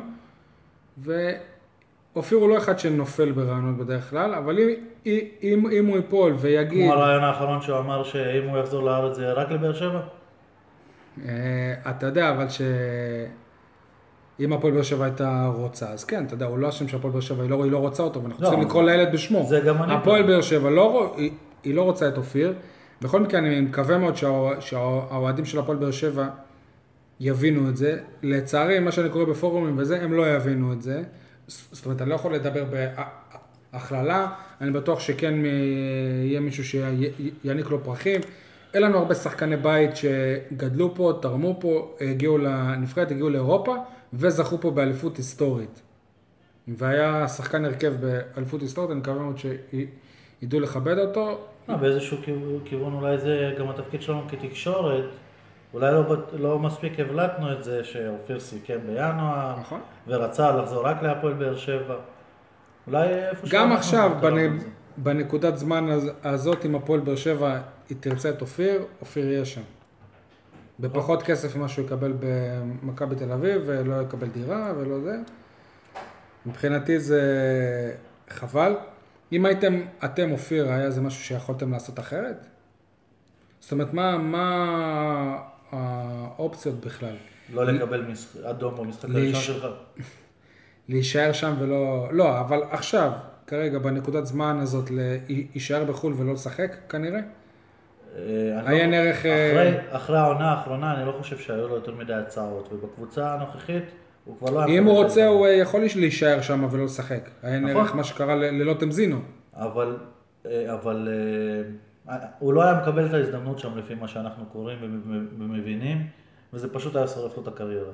ואופיר הוא לא אחד שנופל ברעיונות בדרך כלל, אבל אם הוא ייפול ויגיד... כמו הרעיון האחרון שהוא אמר שאם הוא יחזור לארץ זה רק לבאר שבע? אתה יודע, אבל אם הפועל באר שבע הייתה רוצה, אז כן, אתה יודע, הוא לא אשם שהפועל באר שבע היא לא רוצה אותו, ואנחנו צריכים לקרוא לילד בשמו. זה גם אני. הפועל באר שבע היא לא רוצה את אופיר, בכל מקרה אני מקווה מאוד שהאוהדים של הפועל באר שבע יבינו את זה. לצערי, מה שאני קורא בפורומים וזה, הם לא יבינו את זה. זאת אומרת, אני לא יכול לדבר בהכללה, אני בטוח שכן יהיה מישהו שיעניק לו פרחים. אין לנו הרבה שחקני בית שגדלו פה, תרמו פה, הגיעו לנבחרת, הגיעו לאירופה, וזכו פה באליפות היסטורית. והיה שחקן הרכב באליפות היסטורית, אני מקווה מאוד שידעו לכבד אותו, באיזשהו כיוון אולי זה גם התפקיד שלנו כתקשורת, אולי לא מספיק הבלטנו את זה שאופיר סיכם בינואר, נכון. ורצה לחזור רק להפועל באר שבע. אולי איפה גם עכשיו, בנקודת זמן הזאת, אם הפועל באר שבע היא תרצה את אופיר, אופיר יהיה שם. בפחות כסף ממה שהוא יקבל במכבי תל אביב, ולא יקבל דירה ולא זה. מבחינתי זה חבל. אם אתם אופיר, היה זה משהו שיכולתם לעשות אחרת? זאת אומרת, מה האופציות בכלל? לא לקבל אדום במשחק הראשון שלך. להישאר שם ולא... לא, אבל עכשיו, כרגע, בנקודת זמן הזאת, להישאר בחול ולא לשחק, כנראה? היה נערך... אחרי העונה האחרונה, אני לא חושב שהיו לו יותר מדי הצעות, ובקבוצה הנוכחית, הוא כבר לא... אם הוא רוצה, הוא יכול להישאר שם ולא לשחק. היה נערך מה שקרה ללא תמזינו. אבל הוא לא היה מקבל את ההזדמנות שם לפי מה שאנחנו קוראים ומבינים, וזה פשוט היה שורף לו את הקריירה.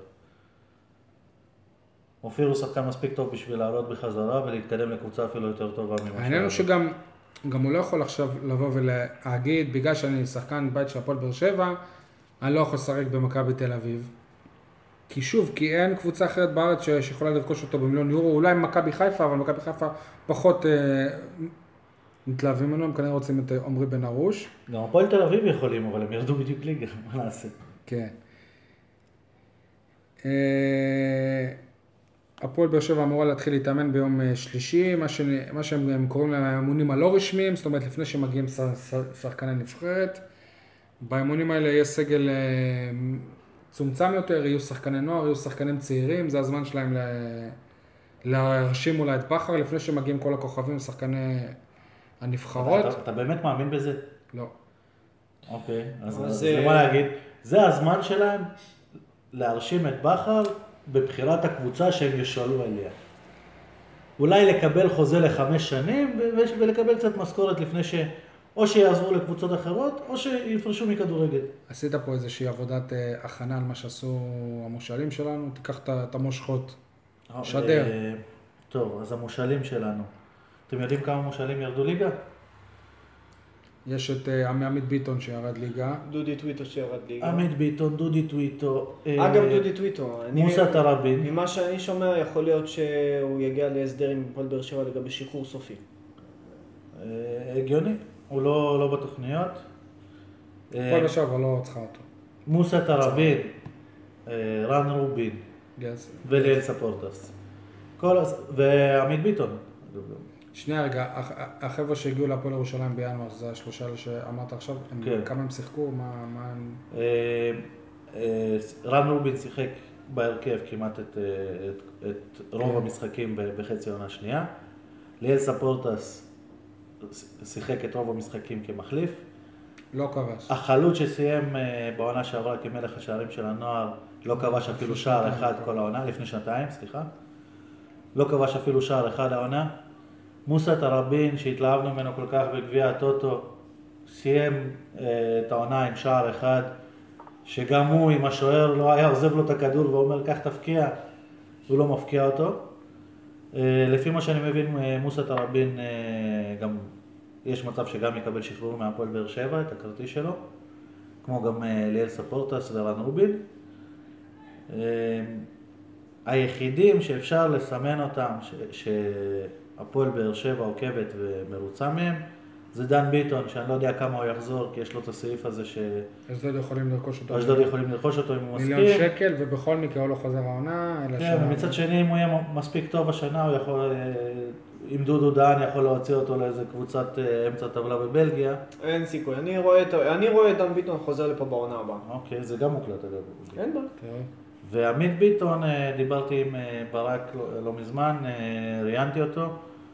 אופיר הוא שחקן מספיק טוב בשביל לעלות בחזרה ולהתקדם לקבוצה אפילו יותר טובה ממה העניין הוא שגם הוא לא יכול עכשיו לבוא ולהגיד, בגלל שאני שחקן בית של הפועל באר שבע, אני לא יכול לשחק במכבי תל אביב. כי אין קבוצה אחרת בארץ שיכולה לרכוש אותו במיליון יורו, אולי מכבי חיפה, אבל מכבי חיפה פחות מתלהבים ממנו, הם כנראה רוצים את עומרי בן ארוש. גם הפועל תל אביב יכולים, אבל הם ירדו בדיוק ליגה, מה נעשה? כן. הפועל באר שבע אמורה להתחיל להתאמן ביום שלישי, מה שהם קוראים להם האימונים הלא רשמיים, זאת אומרת לפני שמגיעים שחקני נבחרת. באימונים האלה יהיה סגל צומצם יותר, יהיו שחקני נוער, יהיו שחקנים צעירים, זה הזמן שלהם להרשים אולי את בכר, לפני שמגיעים כל הכוכבים ושחקני הנבחרות. אתה באמת מאמין בזה? לא. אוקיי, אז למה להגיד? זה הזמן שלהם להרשים את בכר בבחירת הקבוצה שהם ישאלו אליה. אולי לקבל חוזה ל5 שנים ולקבל קצת משכורת לפני או שיעזרו לקבוצות אחרות או שיפרשו מכדורגל. עשית פה איזושהי עבודת הכנה על מה שעשו המושאלים שלנו, תיקח את המושכות, שדר. טוב, אז המושאלים שלנו. אתם יודעים כמה מושאלים ירדו ליגה? יש את עמית ביטון שירד ליגה. דודי טוויטו שירד ליגה. עמית ביטון, דודי טוויטו. אגב, דודי טוויטו. מוסא תראבין. ממה שאני שומע, יכול להיות שהוא יגיע להסדר עם הפועל באר שבע לגבי שחרור סופי. הגיוני, הוא לא בתוכניות. הפועל באר שבע לא צריכה אותו. מוסא תראבין, רן רובין וליאל ספורטס. ועמית ביטון. שנייה רגע, החבר'ה שהגיעו להפועל ירושלים בינואר, זה השלושה שאמרת עכשיו, כמה הם שיחקו, מה הם... רן רובין שיחק בהרכב כמעט את רוב המשחקים בחצי העונה השנייה. ליאל ספורטס שיחק את רוב המשחקים כמחליף. לא כבש. החלוץ שסיים בעונה שעברה כמלך השערים של הנוער, לא כבש אפילו שער אחד כל העונה, לפני שנתיים, סליחה. לא כבש אפילו שער אחד העונה. מוסא תראבין, שהתלהבנו ממנו כל כך בגביע הטוטו, סיים את העונה עם שער אחד, שגם הוא עם השוער לא היה עוזב לו את הכדור ואומר כך תפקיע, הוא לא מפקיע אותו. לפי מה שאני מבין, מוסא תראבין גם יש מצב שגם יקבל שחרור מהפועל באר שבע, את הכרטיס שלו, כמו גם ליאל ספורטס ורן רובין. היחידים שאפשר לסמן אותם, שהפועל באר שבע עוקבת ומרוצה מהם, זה דן ביטון, שאני לא יודע כמה הוא יחזור, כי יש לו את הסעיף הזה אשדוד יכולים לרכוש אותו. אשדוד יכולים לרכוש אותו אם הוא מסכים. מיליון שקל, ובכל מקרה הוא לא חוזר העונה. כן, ומצד שני, אם הוא יהיה מספיק טוב השנה, הוא יכול, עם דודו דהן יכול להוציא אותו לאיזה קבוצת אמצע טבלה בבלגיה. אין סיכוי, אני רואה את דן ביטון חוזר לפה בעונה הבאה. אוקיי, זה גם מוקלט אגב. אין בה. ועמית ביטון, דיברתי עם ברק לא מזמן, ראיינתי אותו.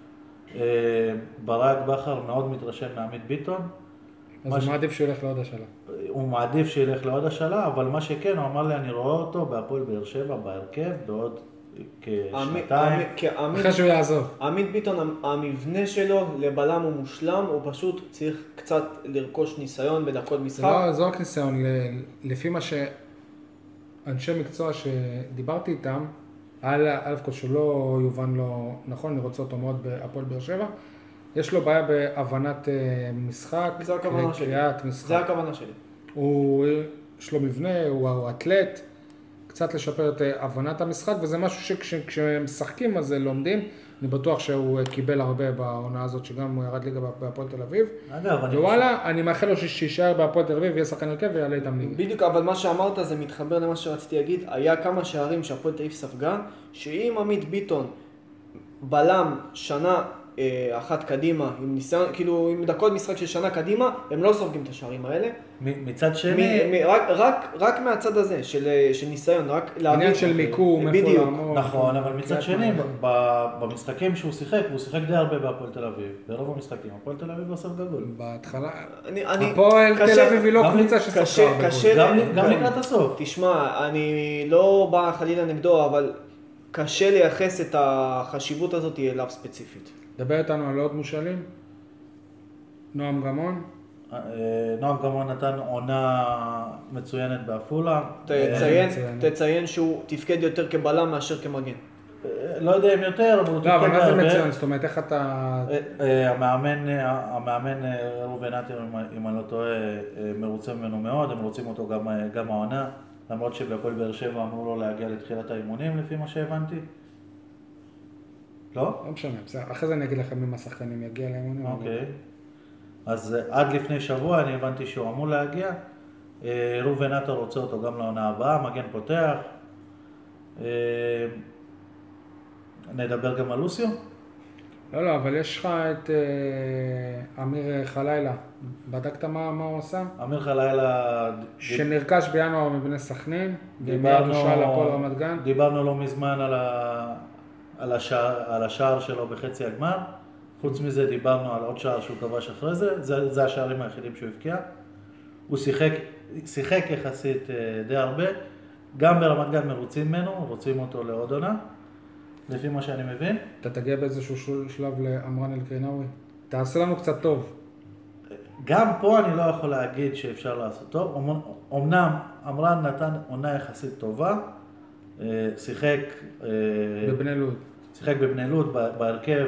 ברק בכר מאוד מתרשם מעמית ביטון. אז הוא מעדיף שילך לעוד השאלה. הוא מעדיף שילך לעוד השאלה, אבל מה שכן, הוא אמר לי, אני רואה אותו בהפועל באר שבע בהרכב בעוד כשנתיים. אחרי שהוא יעזוב. עמית ביטון, המבנה שלו לבלם הוא מושלם, הוא פשוט צריך קצת לרכוש ניסיון בדקות משחק. זה רק ניסיון, לפי מה שאנשי מקצוע שדיברתי איתם, א' כל שלא יובן לו נכון, אני רוצה אותו מאוד בהפועל באר שבע, יש לו בעיה בהבנת משחק, זה הכוונה שלי. קריאת משחק. זה הכוונה שלי. יש לו מבנה, הוא אתלט, קצת לשפר את הבנת המשחק, וזה משהו שכשמשחקים אז לומדים. אני בטוח שהוא קיבל הרבה בעונה הזאת, שגם הוא ירד ליגה בהפועל תל אביב. אגב, ווואלה, אני מאחל לו שישאר בהפועל תל אביב, יהיה שחקן הרכב ויעלה איתם ליגה. בדיוק, אבל מה שאמרת זה מתחבר למה שרציתי להגיד. היה כמה שערים שהפועל תל אביב ספגה, שאם עמית ביטון בלם שנה אחת קדימה, עם ניסיון, כאילו עם דקות משחק של שנה קדימה, הם לא סופגים את השערים האלה. מצד שני... רק מהצד הזה, של ניסיון, רק להבין. עניין של מיקום, איפה בדיוק. לעמוד. נכון, אבל מצד שני, במשחקים שהוא שיחק, והוא שיחק די הרבה בהפועל תל אביב, ברוב המשחקים, הפועל תל אביב לא ספגה גול. בהתחלה, אני- הפועל קשה- תל אביב היא לא גם קבוצה קשה- שספגה הרבה קשה- גול. גם לקראת הסוף. תשמע, אני לא בא חלילה נגדו, אבל קשה לייחס את החשיבות הזאת אליו ספציפית. דבר איתנו על עוד מושאלים. נועם גמון. נועם גמון נתן עונה מצוינת בעפולה. תציין שהוא תפקד יותר כבלם מאשר כמגן. לא יודע אם יותר, אבל הוא לא, אבל תפקד מה זה הרבה. מצוין? זאת אומרת, איך אתה... המאמן ראובן עטר, אם אני לא טועה, מרוצה ממנו מאוד, הם רוצים אותו גם העונה, למרות שבהפועל באר שבע אמרו לו להגיע לתחילת האימונים, לפי מה שהבנתי. לא? לא משנה, בסדר. אחרי זה אני אגיד לכם אם השחקנים יגיע לאימונים. אוקיי. אז עד לפני שבוע אני הבנתי שהוא אמור להגיע. ראובן עטר רוצה אותו גם לעונה הבאה, מגן פותח. נדבר גם על לוסיו? לא, אבל יש לך את אמיר חלילה. בדקת מה הוא עשה? אמיר חלילה... שנרכש בינואר מבני סכנין. דיברנו על הפועל רמת גן. דיברנו לא מזמן על השער שלו בחצי הגמר. חוץ מזה דיברנו על עוד שער שהוא כבש אחרי זה. זה השערים היחידים שהוא הבקיע. הוא שיחק יחסית די הרבה. גם ברמת גן מרוצים ממנו, רוצים אותו לעוד עונה. לפי מה שאני מבין. אתה תגיע באיזשהו שלב לאמרן אל-קרינאווי. תעשה לנו קצת טוב. גם פה אני לא יכול להגיד שאפשר לעשות טוב. אמנם אמרן נתן עונה יחסית טובה. שיחק בבני לוד בהרכב.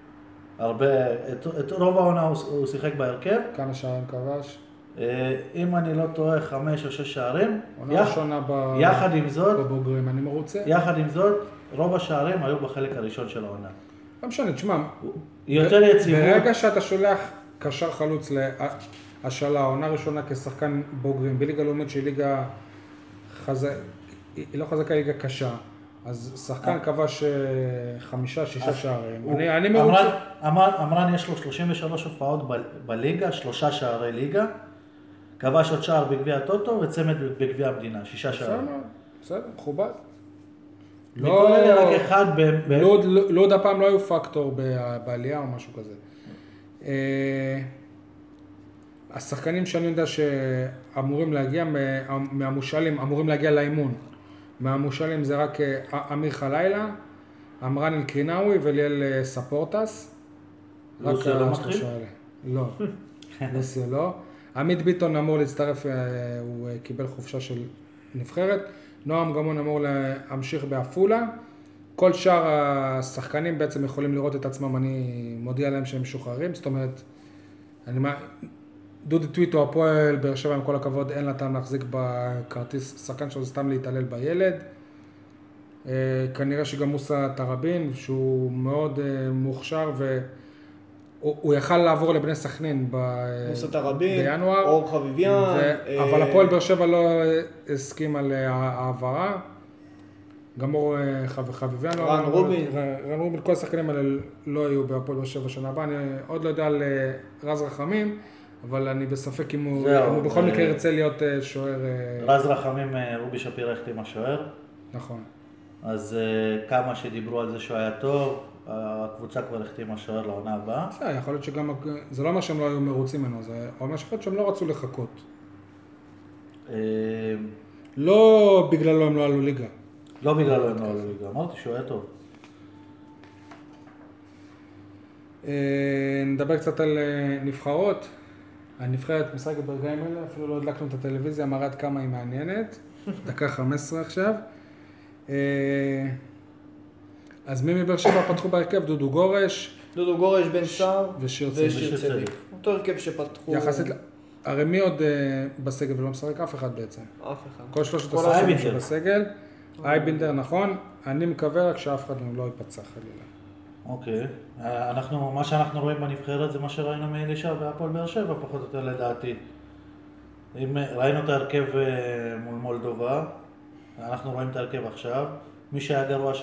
את רוב העונה הוא שיחק בהרכב. כמה שערים כבש? אם אני לא טועה 5 או 6 שערים. עונה ראשונה בבוגרים, אני מרוצה. יחד עם זאת, רוב השערים היו בחלק הראשון של העונה. לא משנה, תשמע. יותר יציבות. ברגע שאתה שולח קשר חלוץ להשאלה, עונה ראשונה כשחקן בוגרים, בליגה לאומית שהיא ליגה היא לא חזקה, ליגה קשה. אז שחקן כבש 5-6 שערים. אני מרוצה. אמרן יש לו 33 הופעות בליגה, 3 שערי ליגה. כבש עוד שער בגביע הטוטו וצמד בגביע המדינה, 6 שערים. בסדר, מכובד. מכל אלה רק אחד לוד הפעם לא היו פקטור בעלייה או משהו כזה. השחקנים שאני יודע שאמורים להגיע מהמושאלים, אמורים להגיע לאימון. מהמושאלים זה רק אמיר חלילה, אמרן אל-קרינאווי וליאל ספורטס. לוסיו לא מתחיל? לא, לוסיו לא. עמית ביטון אמור להצטרף, הוא קיבל חופשה של נבחרת. נועם גמון אמור להמשיך בעפולה. כל שאר השחקנים בעצם יכולים לראות את עצמם, אני מודיע להם שהם משוחררים. זאת אומרת, דודי טוויטו, הפועל באר שבע, עם כל הכבוד, אין לה טעם להחזיק בכרטיס שחקן שלו, זה סתם להתעלל בילד. כנראה שגם מוסא תראבין, שהוא מאוד מוכשר, והוא יכל לעבור לבני סכנין מוסא תראבין, בינואר. אור חביביאן. אבל הפועל באר שבע לא הסכים על העברה. גם אור חביביאן. רן רובין. רן רובין, כל השחקנים האלה לא היו בהפועל באר שבע שנה הבאה. אני עוד לא יודע על רז רחמים. אבל אני בספק אם הוא בכל מקרה ירצה להיות שוער. רז רחמים, רובי שפיר החתים השוער. נכון. אז כמה שדיברו על זה שהוא היה טוב, הקבוצה כבר החתימה שוער לעונה הבאה. יכול להיות שגם, זה לא אומר שהם לא היו מרוצים ממנו, זה אומר שיכול להיות שהם לא רצו לחכות. לא בגללו הם לא עלו ליגה. לא בגללו הם לא עלו ליגה, אמרתי שהוא היה טוב. נדבר קצת על נבחרות. הנבחרת משחקת ברגעים האלה, אפילו לא הדלקנו את הטלוויזיה, מראה עד כמה היא מעניינת. דקה 15 עכשיו. אז מי מבאר שבע פתחו בהרכב? דודו גורש, דודו גורש, בן סער ושיר ושיר צדיק. אותו הרכב שפתחו... יחסית, הרי מי עוד בסגל ולא משחק? אף אחד בעצם. אף אחד. כל שלושת כל השחקנים שבסגל. אייבינדר, נכון. אני מקווה רק שאף אחד לא ייפצע חלילה. אוקיי. מה שאנחנו רואים בנבחרת זה מה שראינו מאלישע והפועל באר שבע, פחות או יותר לדעתי. אם ראינו את ההרכב מול מולדובה, אנחנו רואים את ההרכב עכשיו. מי שהיה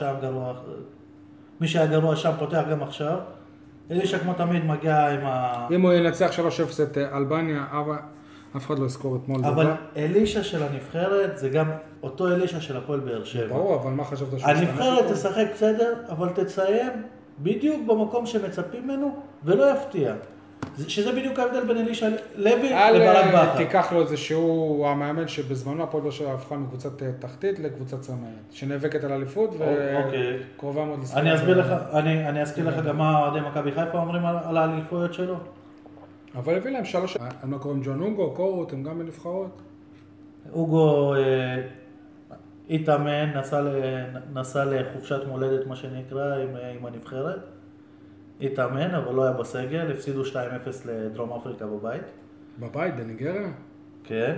גרוע שם פותח גם עכשיו. אלישע כמו תמיד מגיע עם ה... אם הוא ינצח 3-0 את אלבניה, אף אחד לא יזכור את מולדובה. אבל אלישע של הנבחרת זה גם אותו אלישע של הפועל באר שבע. ברור, אבל מה חשבת שהוא... הנבחרת תשחק בסדר, אבל תציין בדיוק במקום שמצפים ממנו ולא יפתיע. שזה בדיוק ההבדל בין אלישע לוי לברק בכר. תיקח לו את זה שהוא המאמן שבזמנו הפועל באר שבע הפכה מקבוצת תחתית לקבוצת צמרת, שנאבקת על אליפות וקרובה מאוד לספר. אני אזכיר לך גם מה אוהדי מכבי חיפה אומרים על האליפויות שלו. אבל הביא להם 3... על מה קוראים ג'ון אוגו, קורות, הם גם בנבחרות? אוגו התאמן, נסע לחופשת מולדת מה שנקרא עם הנבחרת. התאמן, אבל לא היה בסגל, הפסידו 2-0 לדרום אפריקה בבית. בבית, בניגריה? כן.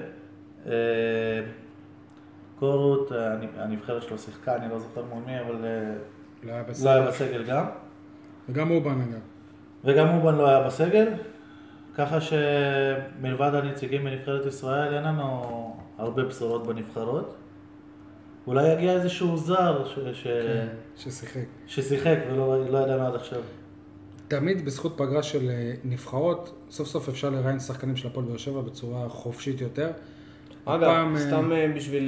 קורות, הנבחרת שלו שיחקה, אני לא זוכר מול מי, אבל לא היה בסגל גם. וגם אובן אגב. וגם אובן לא היה בסגל, ככה שמלבד הנציגים בנבחרת ישראל אין לנו הרבה בשורות בנבחרות. אולי יגיע איזשהו זר ששיחק ולא ידענו עד עכשיו. תמיד בזכות פגרה של נבחרות, סוף סוף אפשר לראיין שחקנים של הפועל באר שבע בצורה חופשית יותר. אגב, סתם בשביל,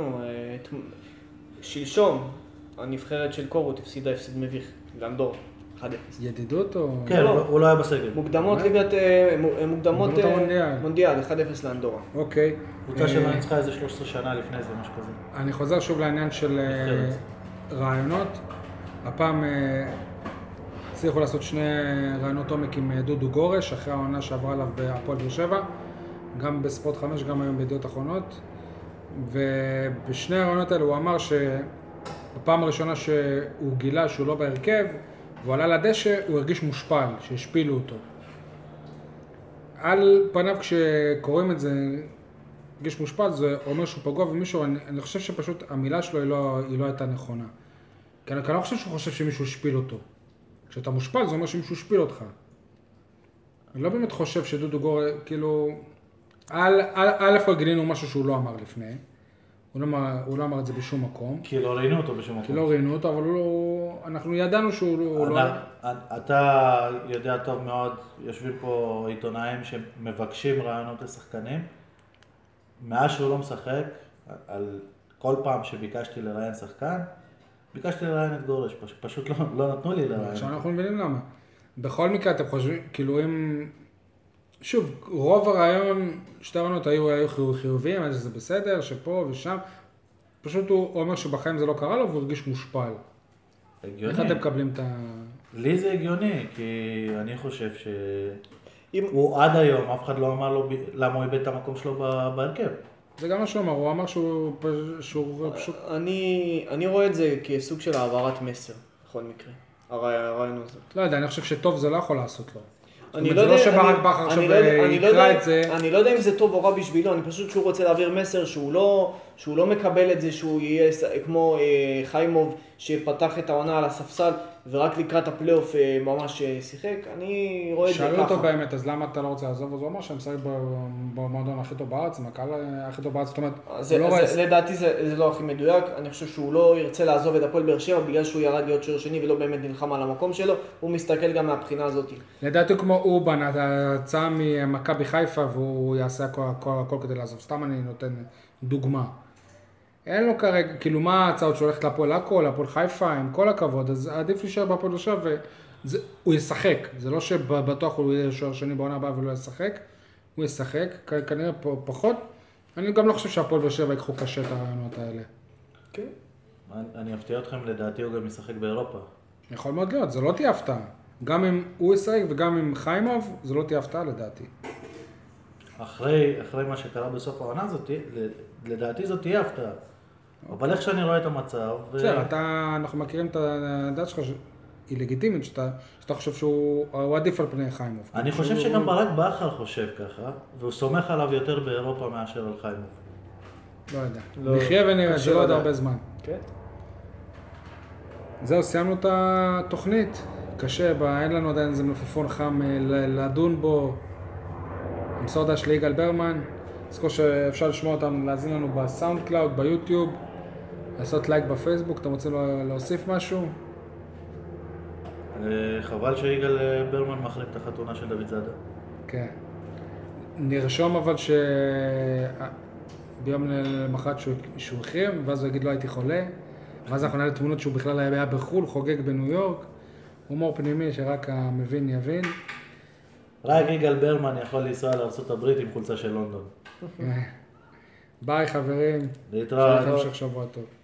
שלשום, הנבחרת של קורות הפסידה הפסיד מביך, לאנדורה, 1-0. ידידות או... כן, הוא לא היה בסגל. מוקדמות מונדיאל, 1-0 לאנדורה. אוקיי. קבוצה שלא ניצחה איזה 13 שנה לפני זה, משהו כזה. אני חוזר שוב לעניין של רעיונות. הפעם הצליחו לעשות 2 רעיונות עומק עם דודו גורש, אחרי העונה שעברה עליו בהפועל באר שבע, גם בספורט 5, גם היום בידיעות אחרונות. ובשני הרעיונות האלה הוא אמר שבפעם הראשונה שהוא גילה שהוא לא בהרכב, והוא עלה לדשא, הוא הרגיש מושפל, שהשפילו אותו. על פניו כשקוראים את זה, הרגיש מושפל, זה אומר שהוא פגוע ומישהו, אני חושב שפשוט המילה שלו היא לא הייתה נכונה. כי אני לא חושב שמישהו השפיל אותו. כשאתה מושפל זה אומר שמישהו השפיל אותך. אני לא באמת חושב שדודו גור, כאילו, א' כל גילינו משהו שהוא לא אמר לפני. הוא לא אמר את זה בשום מקום. כי לא ראינו אותו בשום מקום. כי לא ראינו אותו, אבל אנחנו ידענו שהוא לא... אתה יודע טוב מאוד, יושבים פה עיתונאים שמבקשים רעיונות לשחקנים. מאז שהוא לא משחק, על כל פעם שביקשתי לראיין שחקן, ביקשתי לראיין את גורש, פשוט לא נתנו לי לראיין. עכשיו אנחנו מבינים למה. בכל מקרה אתם חושבים, כאילו אם... שוב, רוב הרעיון, 2 רעיונות היו חיוביים, אז זה בסדר, שפה ושם. פשוט הוא אומר שבחיים זה לא קרה לו והוא הרגיש מושפל. הגיוני. איך אתם מקבלים את ה... לי זה הגיוני, כי אני חושב שהוא עד היום, אף אחד לא אמר לו למה הוא איבד את המקום שלו בהרכב. זה גם מה שהוא אמר, הוא אמר שהוא פשוט... אני רואה את זה כסוג של העברת מסר, בכל מקרה, הרעיון הזה. לא יודע, אני חושב שטוב זה לא יכול לעשות לו. אני לא יודע, זה לא שברק בכר עכשיו יקרא את זה. אני לא יודע אם זה טוב או רע בשבילו, אני פשוט שהוא רוצה להעביר מסר שהוא לא מקבל את זה שהוא יהיה כמו חיימוב שפתח את העונה על הספסל ורק לקראת הפלייאוף ממש שיחק, אני רואה את זה ככה. שאלו אותו באמת, אז למה אתה לא רוצה לעזוב? אז הוא אמר שהם שחק במועדון הכי טוב בארץ, מהקהל הכי טוב בארץ, זאת אומרת, לדעתי זה לא הכי מדויק, אני חושב שהוא לא ירצה לעזוב את הפועל באר שבע בגלל שהוא ירד להיות שוער שני ולא באמת נלחם על המקום שלו, הוא מסתכל גם מהבחינה הזאת. לדעתי כמו אובן, הצעה ממכבי חיפה והוא יעשה הכל כדי לעזוב, סתם אני נותן דוגמה. אין לו כרגע, כאילו מה ההצעות שהולכת להפועל עכו, להפועל חיפה, עם כל הכבוד, אז עדיף להישאר בהפועל באר שבע והוא ישחק, זה לא שבטוח הוא יהיה שוער שני בעונה הבאה ולא ישחק, הוא ישחק, כנראה פחות, אני גם לא חושב שהפועל באר שבע יקחו קשה את הרעיונות האלה. כן. אני אפתיע אתכם, לדעתי הוא גם ישחק באירופה. יכול מאוד להיות, זה לא תהיה הפתעה, גם אם הוא ישחק וגם אם חיימוב, זה לא תהיה הפתעה לדעתי. אחרי מה שקרה בסוף העונה הזאת, לדעתי זאת תהיה הפתעה. אבל איך שאני רואה את המצב... בסדר, אנחנו מכירים את הדעת שלך, היא לגיטימית, שאתה חושב שהוא עדיף על פני חיימוב. אני חושב שגם ברק בכר חושב ככה, והוא סומך עליו יותר באירופה מאשר על חיימוב. לא יודע. לא, נחיה ונראה, קשה זה לא עוד לדעת. הרבה זמן. כן. זהו, סיימנו את התוכנית. קשה, אין לנו עדיין איזה מלפפון חם לדון בו. המסור דש ליגאל ברמן. זכור שאפשר לשמוע אותנו, להאזין לנו בסאונד קלאוד, ביוטיוב, לעשות לייק בפייסבוק. אתם רוצים להוסיף משהו? חבל שיגאל ברמן מחליף את החתונה של דוד זאדה. כן. נרשום אבל ביום למחרת שהוא החרים, ואז הוא יגיד לא הייתי חולה. ואז אנחנו נראה תמונות שהוא בכלל היה בחול, חוגג בניו יורק. הומור פנימי שרק המבין יבין. רק יגאל ברמן יכול לנסוע לארצות הברית עם חולצה של לונדון. ביי חברים. להתראות. שיהיה לכם המשך שבוע טוב.